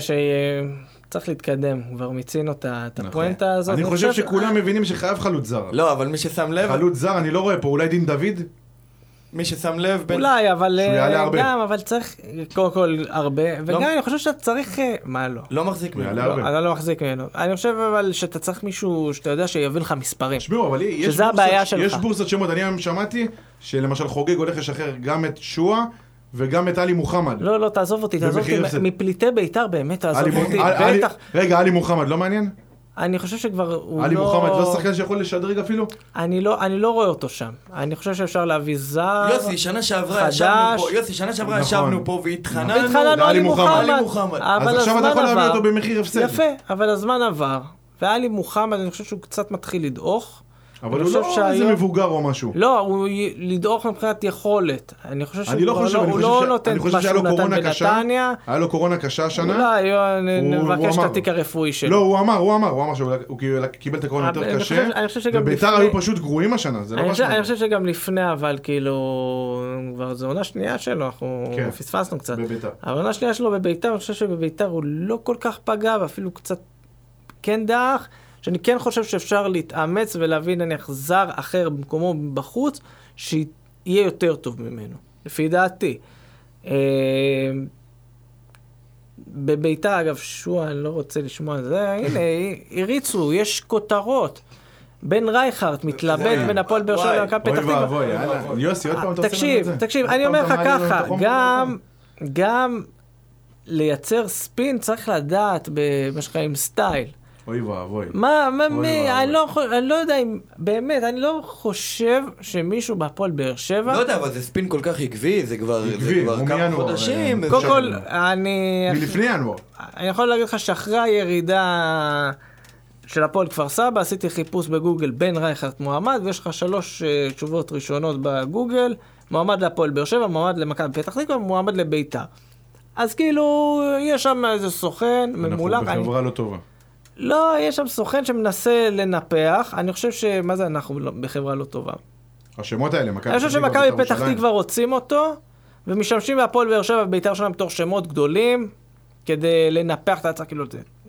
שצריך להתקדם, כבר מיצינו את הפואנטה הזאת. אני חושב שכולם מבינים שחייב חלוץ זר. לא, אבל מי ששם לב... חלוץ זר, אני לא רואה פה, אולי דין דוד? מי ששם לב... אולי, אבל גם, אבל צריך קודם כל הרבה, וגם אני חושב שאתה צריך... מה לא? לא מחזיק ממנו. אני לא מחזיק ממנו. אני חושב אבל שאתה צריך מישהו שאתה יודע שיביא לך מספרים. שמעו, אבל שזה הבעיה שלך. יש בורסת שמות, אני היום שמעתי שלמשל חוגג הולך לשחרר גם את שואה וגם את עלי מוחמד. לא, תעזוב אותי, מפליטי בית"ר באמת תעזוב אותי. רגע, עלי מוחמד לא מעניין? אני חושב שכבר הוא לא... עלי מוחמד לא שחקן שיכול לשדרג אפילו? אני לא רואה אותו שם. אני חושב שאפשר להביא זר, יוסי, שנה שעברה ישבנו פה והתחננו לעלי מוחמד. אז עכשיו אתה יכול להביא אותו במחיר הפסד. יפה, אבל הזמן עבר. ועלי מוחמד, אני חושב שהוא קצת מתחיל לדעוך. אבל הוא לא איזה מבוגר או משהו. לא, הוא לדעוך מבחינת יכולת. אני חושב שהוא לא נותן מה שהוא נתן בנתניה. היה לו קורונה קשה השנה. אולי, נבקש את התיק הרפואי שלו. לא, הוא אמר שהוא קיבל את הקורונה יותר קשה. ובית"ר היו פשוט גרועים השנה, זה לא משהו. אני חושב שגם לפני, אבל כאילו, כבר זו עונה שנייה שלו, אנחנו פספסנו קצת. אבל עונה שנייה שלו בבית"ר, אני חושב שבבית"ר הוא לא כל כך פגע, ואפילו קצת כן דח. שאני כן חושב שאפשר להתאמץ ולהבין נניח זר אחר במקומו בחוץ, שיהיה יותר טוב ממנו, לפי דעתי. בבית"ר, אגב, שואה, אני לא רוצה לשמוע את זה, הנה, הריצו, יש כותרות. בן רייכרט מתלבט בין הפועל באר שבע למכבי פתח תקווה. אוי יאללה. יוסי, עוד פעם אתה עושה לנו את זה. תקשיב, אני אומר לך ככה, גם לייצר ספין צריך לדעת במשך עם סטייל. אוי ואבוי. אני לא יודע אם, באמת, אני לא חושב שמישהו בהפועל באר שבע... לא יודע, אבל זה ספין כל כך עקבי, זה כבר כמה חודשים. קודם כל, אני... מלפני ינואר. אני יכול להגיד לך שאחרי הירידה של הפועל כפר סבא, עשיתי חיפוש בגוגל בן רייכרט מועמד, ויש לך 3 תשובות ראשונות בגוגל, מועמד להפועל באר שבע, מועמד למכבי פתח תקווה, מועמד לבית"ר. אז כאילו, יש שם איזה סוכן ממולך. אנחנו בחברה לא טובה. לא, יש שם סוכן שמנסה לנפח. אני חושב מה זה אנחנו בחברה לא טובה? השמות האלה, אני חושב שמכבי פתח תקווה רוצים אותו, ומשתמשים בהפועל באר שבע ובית"ר שלהם בתור שמות גדולים, כדי לנפח את ההצעה, כאילו זה.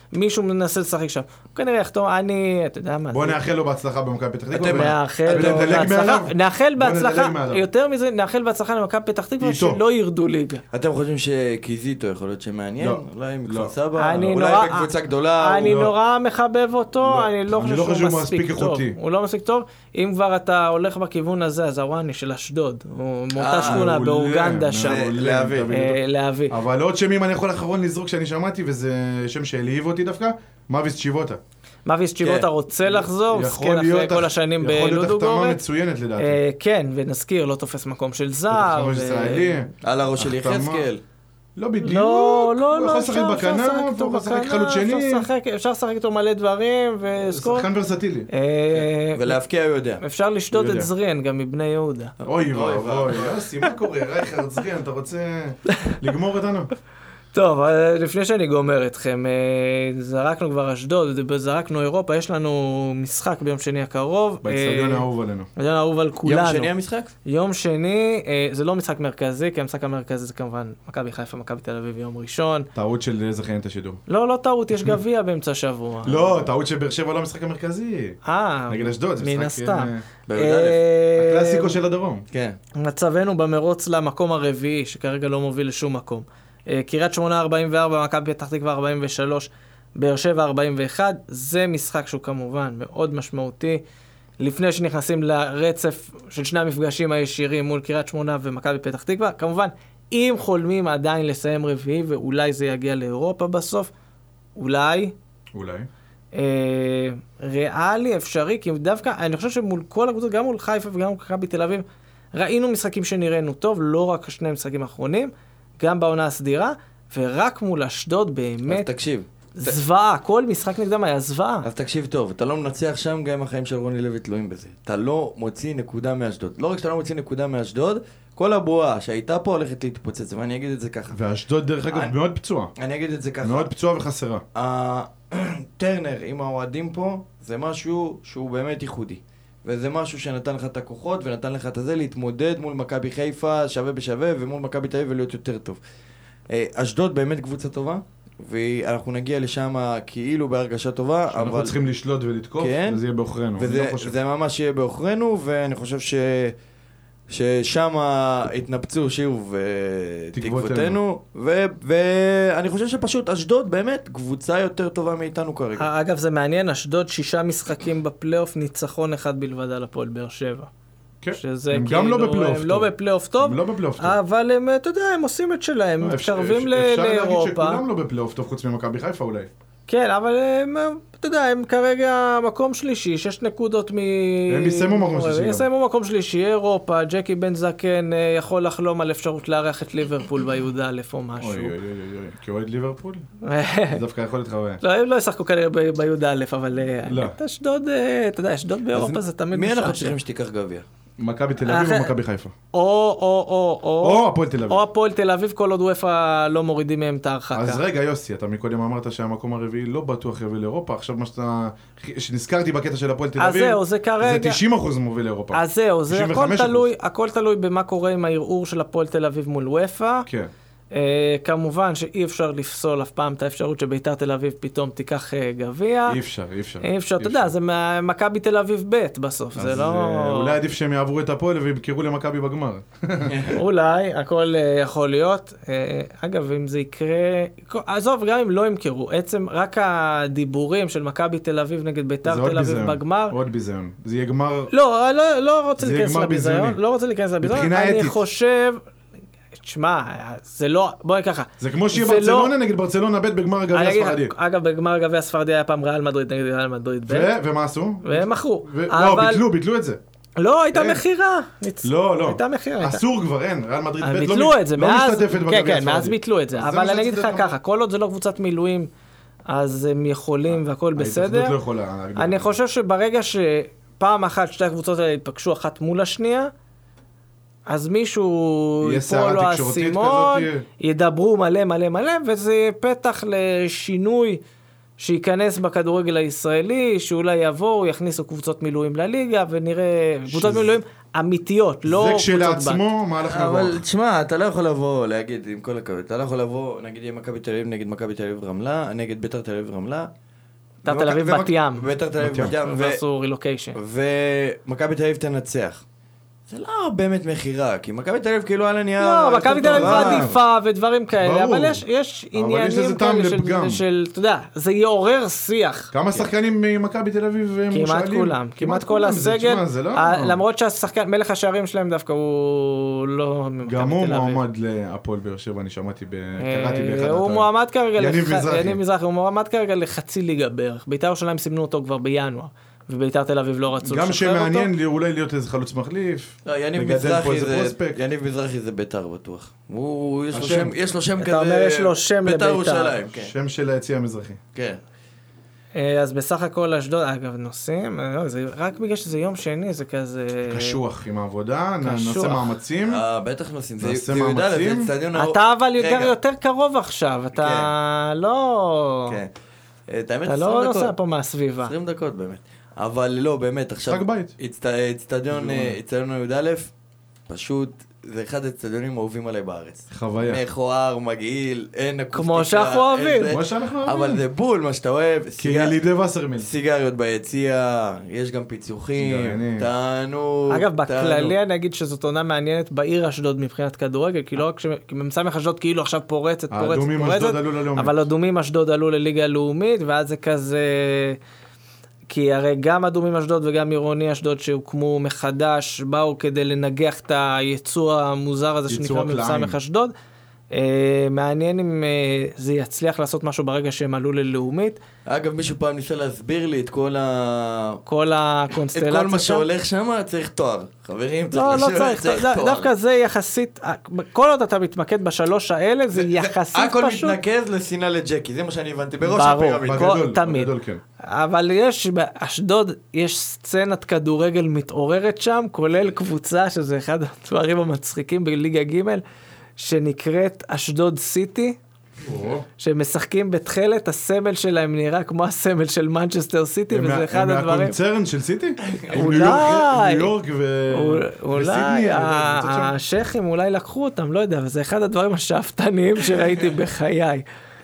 מישהו מנסה לשחק שם. הוא כנראה יחתום, אתה יודע מה. בוא נאחל לו בהצלחה במכבי פתח תקווה. נאחל בהצלחה, יותר מזה, נאחל בהצלחה למכבי פתח תקווה שלא ירדו ליגה. אתם חושבים שקיזיטו יכול להיות שמעניין? אולי מכפר סבא? אולי בקבוצה גדולה? אני נורא מחבב אותו, אני לא חושב שהוא מספיק איכותי. הוא לא מספיק טוב. אם כבר אתה הולך בכיוון הזה, אז הוואני של אשדוד, הוא מאותה שכונה באוגנדה שם. להביא. אבל עוד שם אם אני יכול אחרון לזרוק שאני שמעתי, וזה שם שהלהיב אותי דווקא, מאביס צ'יבוטה. מאביס צ'יבוטה רוצה לחזור, יכול אחרי כל השנים בלודוגורט. יכול להיות החתמה מצוינת לדעתי. כן, ונזכיר, לא תופס מקום של זר. על הראש של יחזקאל. לא בדיוק, לא, הוא יכול לשחק בכנף, הוא יכול לשחק חלוץ שני. אפשר לשחק איתו מלא דברים, וסקור. שחקן ורסטילי. ולהפקיע הוא יודע. אפשר לשדוד את זריאן, גם מבני יהודה. אוי, יוסי, מה קורה? רייכרד זריאן, אתה רוצה לגמור אותנו? טוב, לפני שאני גומר אתכם, זרקנו כבר אשדוד, זרקנו אירופה, יש לנו משחק ביום שני הקרוב. באצטדיון האהוב עלינו. באצטדיון האהוב על כולנו. יום שני המשחק? יום שני, זה לא משחק מרכזי, כי המשחק המרכזי זה כמובן מכבי חיפה, מכבי תל אביב יום ראשון. טעות של זכיין את השידור. לא טעות, יש גביע באמצע שבוע. לא, טעות שבאר שבע לא המשחק המרכזי. נגד אשדוד, זה מן הסתם. הקלאסיקו של הדרום. כן. מצבנו במרוץ למקום הרביעי, שכרגע לא מוביל לשום מקום. קריית שמונה 44, מכבי פתח תקווה 43, באר שבע 41, זה משחק שהוא כמובן מאוד משמעותי. לפני שנכנסים לרצף של שני המפגשים הישירים מול קריית שמונה ומכבי פתח תקווה, כמובן, אם חולמים עדיין לסיים רביעי, ואולי זה יגיע לאירופה בסוף, אולי. ריאלי, אפשרי, כי דווקא, אני חושב שמול כל הקבוצות, גם מול חיפה וגם מול מכבי תל אביב, ראינו משחקים שנראינו טוב, לא רק שני משחקים האחרונים, גם בעונה הסדירה, ורק מול אשדוד באמת זוועה, כל משחק נגדם היה זוועה. אז תקשיב טוב, אתה לא מנצח שם, גם החיים של רוני לוי תלויים בזה. אתה לא מוציא נקודה מאשדוד. לא רק שאתה לא מוציא נקודה מאשדוד, כל הבועה שהייתה פה הולכת להתפוצץ, ואני אגיד את זה ככה. ואשדוד דרך אגב מאוד פצועה. אני אגיד את זה ככה. מאוד פצועה וחסרה. טרנר עם האוהדים פה, זה משהו שהוא באמת ייחודי. וזה משהו שנתן לך את הכוחות ונתן לך את זה להתמודד מול מכבי חיפה שווה בשווה ומול מכבי תל אביב ולהיות יותר טוב. אשדוד באמת קבוצה טובה, ואנחנו נגיע לשם כאילו בהרגשה טובה. שאנחנו צריכים לשלוט ולתקוף, כן, וזה יהיה באוכרנו. וזה ממש יהיה באוכרנו, ואני חושב ששם התנפצו שוב תקוותנו, ואני חושב שפשוט אשדוד באמת קבוצה יותר טובה מאיתנו כרגע. אגב, זה מעניין, אשדוד 6 משחקים בפלייאוף, ניצחון אחד בלבד על הפועל באר שבע. הם גם לא בפלייאוף טוב. הם לא בפלייאוף טוב, אבל הם, אתה יודע, הם עושים את שלהם, הם מתקרבים לאירופה. אפשר להגיד שכולם לא בפלייאוף טוב, חוץ ממכבי חיפה אולי. כן, אבל הם, אתה יודע, הם כרגע מקום שלישי, 6 נקודות הם יסיימו מקום שלישי. הם יסיימו מקום שלישי, אירופה, ג'קי בן זקן יכול לחלום על אפשרות לארח את ליברפול ביהודה א' או משהו. אוי, כאוהד ליברפול? דווקא יכול להתחווה. לא, הם לא ישחקו כנראה ביהודה א', אבל אשדוד, אתה יודע, אשדוד באירופה זה תמיד מי אנחנו צריכים שתיקח גביע? מכבי תל אביב או מכבי חיפה? או הפועל תל אביב. או הפועל תל אביב, כל עוד וופא לא מורידים מהם את ההרחקה. אז רגע יוסי, אתה מקודם אמרת שהמקום הרביעי לא בטוח יביא לאירופה, עכשיו מה שנזכרתי בקטע של הפועל תל אביב, זה 90% מוביל לאירופה. אז זהו, הכל תלוי במה קורה עם הערעור של הפועל תל אביב מול וופא. כן. כמובן שאי אפשר לפסול אף פעם את האפשרות שביתר תל אביב פתאום תיקח גביע. אי אפשר, אתה יודע, זה מכבי תל אביב ב' בסוף, זה לא... אולי עדיף שהם יעברו את הפועל ויבקרו למכבי בגמר. אולי, הכל יכול להיות. אגב, אם זה יקרה... עזוב, גם אם לא ימכרו, עצם רק הדיבורים של מכבי תל אביב נגד ביתר תל אביב בגמר... עוד ביזיון. זה יהיה גמר... לא רוצה להיכנס לביזיון. לא רוצה להיכנס לביזיון. אני חושב... תשמע, זה לא, בואי ככה. זה כמו שיהיה ברצלונה נגד ברצלונה ב' בגמר הגביע הספרדי. אגב, בגמר הגביע הספרדי היה פעם ריאל מדריד נגד ריאל מדריד ב'. ומה עשו? והם מכרו. לא, ביטלו את זה. לא, הייתה מחירה. לא. הייתה מחירה. אסור כבר, אין. ריאל מדריד ב' ביטלו את זה. לא משתתפת בגביע הספרדי. כן, מאז ביטלו את זה. אבל אני אגיד לך ככה, כל עוד זה לא קבוצת מילואים, אז הם יכולים והכל בסדר. אני חושב שברגע שפעם אחת שתי הקבוצות האלה יתפגשו אחת מול השנייה, אז מישהו יפול לו הסימון, ידברו מלא, וזה פתח לשינוי שייכנס בכדורגל הישראלי, שאולי יבואו, יכניסו קבוצות מילואים לליגה, ונראה קבוצות מילואים אמיתיות, לא זה קבוצות כשלעצמו מהלך מבורך. אבל תשמע, אתה לא יכול לבוא, להגיד, עם כל הכבוד, אתה לא יכול לבוא, נגיד, עם מכבי תל אביב, נגד מכבי תל אביב רמלה, נגד ביתר תל אביב רמלה. ביתר תל אביב בת ים. ביתר תל אביב בת ים. ועשו רילוקיישן. ומכבי תל אביב תנצח. זה לא באמת מחירה, כי מכבי תל אביב כאילו על הנייר... לא, מכבי תל אביב עדיפה ודברים כאלה, אבל יש עניינים כאלה של, אתה יודע, זה יעורר שיח. כמה שחקנים ממכבי תל אביב מושאלים? כמעט כולם, כמעט כל הסגל, למרות שהשחקן, מלך השערים שלהם דווקא הוא לא ממכבי תל אביב. גם הוא מועמד להפועל באר שבע, אני שמעתי, קראתי באחד. הוא מועמד כרגע, יניב מזרחי, הוא מועמד כרגע לחצי ליגה בערך, בית"ר ירושלים סימנו אותו כבר בינואר. וביתר תל אביב לא רצו גם שמעניין לי אולי להיות איזה חלוץ מחליף. לא, יניב מזרחי זה ביתר בטוח. יש לו שם כזה... אתה אומר יש לו שם לביתר. שם של היציע המזרחי. כן. אז בסך הכל אשדוד, אגב, נוסעים, רק בגלל שזה יום שני, זה כזה... קשוח עם העבודה, נעשה מאמצים. בטח נוסעים. נעשה מאמצים. אתה אבל יותר קרוב עכשיו, אתה לא... כן. אתה לא נוסע פה מהסביבה. 20 דקות באמת. אבל לא, באמת, עכשיו... רק בית. אצטדיון י"א, פשוט, זה אחד האצטדיונים האהובים עליי בארץ. חוויה. מכוער, מגעיל, אין אקוסטיקה. כמו שאנחנו אוהבים. כמו שאנחנו אוהבים. אבל זה בול, מה שאתה אוהב. כילידי וסרמיל. סיגריות ביציע, יש גם פיצוחים, תענוג. אגב, בכללי אני אגיד שזאת עונה מעניינת בעיר אשדוד מבחינת כדורגל, כי לא רק שמסמך אשדוד כאילו עכשיו פורצת, אבל אדומים אשדוד עלו לליגה הלאומית, ואז זה כזה... כי הרי גם אדומים אשדוד וגם עירוני אשדוד שהוקמו מחדש, באו כדי לנגח את היצור המוזר הזה שנקרא מסמך אשדוד. מעניין אם זה יצליח לעשות משהו ברגע שהם עלו ללאומית. אגב, מישהו פעם ניסה להסביר לי את כל הקונסטלציה. את כל מה שהולך שם, צריך תואר. חברים, צריך תואר. דווקא זה יחסית, כל עוד אתה מתמקד בשלוש האלה, זה יחסית פשוט. הכל מתנקז לסינה לג'קי, זה מה שאני הבנתי, בראש הפירמיד. ברור, תמיד. אבל יש, באשדוד יש סצנת כדורגל מתעוררת שם, כולל קבוצה, שזה אחד הדברים המצחיקים בליגה ג' שנקראת אשדוד סיטי, שמשחקים בתחילת, הסמל שלהם נראה כמו הסמל של מנצ'סטר סיטי, וזה אחד הדברים... הם מהקונצרן של סיטי? אולי, ניו יורק אולי, השייכים אולי לקחו אותם, לא יודע, וזה אחד הדברים השאפתניים שראיתי בחיי.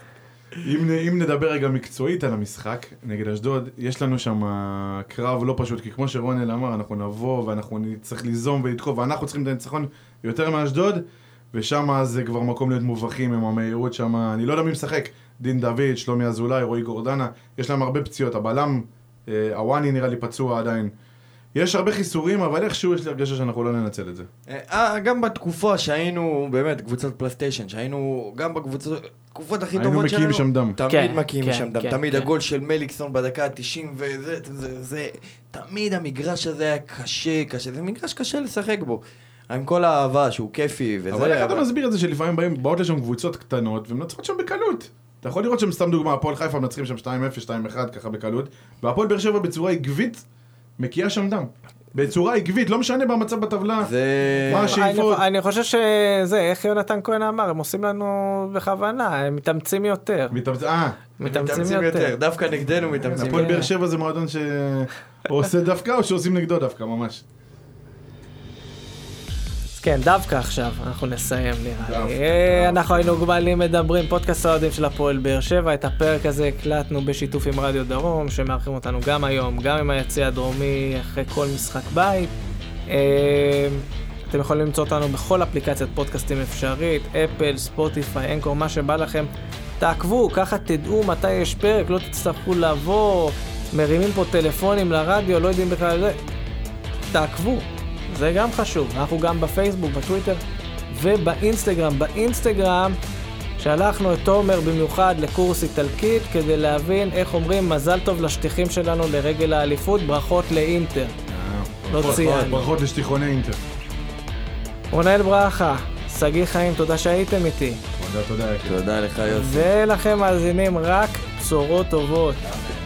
אם נדבר רגע מקצועית על המשחק נגד אשדוד, יש לנו שם קרב לא פשוט, כי כמו שרונל אמר, אנחנו נבוא ואנחנו נצטרך ליזום ולתקוף, ואנחנו צריכים את הניצחון יותר מאשדוד, ושם זה כבר מקום להיות מובכים עם המהירות שם, אני לא יודע מי משחק, דין דוד, שלומי אזולאי, רועי גורדנה, יש להם הרבה פציעות, הבלם, הוואני נראה לי פצוע עדיין. יש הרבה חיסורים, אבל איכשהו יש לי הרגשה שאנחנו לא ננצל את זה. גם בתקופה שהיינו, באמת, קבוצת פלייסטיישן, שהיינו גם בתקופות הכי טובות שלנו, היינו מקיאים שם דם. תמיד מקיאים שם דם, תמיד הגול של מליקסון בדקה ה-90, וזה, תמיד המגרש הזה היה קשה, זה מגרש קשה לשחק בו. עם כל האהבה שהוא כיפי וזה. אבל איך אתה מסביר את זה שלפעמים באות לשם קבוצות קטנות ומנצחות שם בקלות? אתה יכול לראות שם סתם דוגמה, הפועל חיפה מנצחים שם 2-0, 2-1 ככה בקלות, והפועל באר שבע בצורה עקבית מקיאה שם דם. בצורה עקבית, לא משנה במצב בטבלה, מה השאיפות. אני חושב שזה, איך יונתן כהן אמר, הם עושים לנו בכוונה, הם מתאמצים יותר. מתאמצים יותר, דווקא נגדנו מתאמצים. הפועל באר שבע זה מועדון שעושה דווקא או שעושים נגדו דווקא, ממש. כן, דווקא עכשיו, אנחנו נסיים נראה לי. אנחנו היינו גמלים מדברים, פודקאסט האוהדים של הפועל באר שבע, את הפרק הזה הקלטנו בשיתוף עם רדיו דרום, שמארחים אותנו גם היום, גם עם היציע הדרומי, אחרי כל משחק בית. אתם יכולים למצוא אותנו בכל אפליקציית פודקאסטים אפשרית, אפל, ספוטיפיי, אנקור, מה שבא לכם. תעקבו, ככה תדעו מתי יש פרק, לא תצטרכו לבוא, מרימים פה טלפונים לרדיו, לא יודעים בכלל זה. תעקבו. זה גם חשוב, אנחנו גם בפייסבוק, בטוויטר ובאינסטגרם. באינסטגרם שלחנו את תומר במיוחד לקורס איטלקית כדי להבין איך אומרים מזל טוב לשטיחים שלנו לרגל האליפות, ברכות לאינטר. לא ציינו. ברכות לשטיחוני אינטר. רונל ברכה, סגי חיים, תודה שהייתם איתי. תודה. תודה לך יוסי. ולכם מאזינים רק בשורות טובות.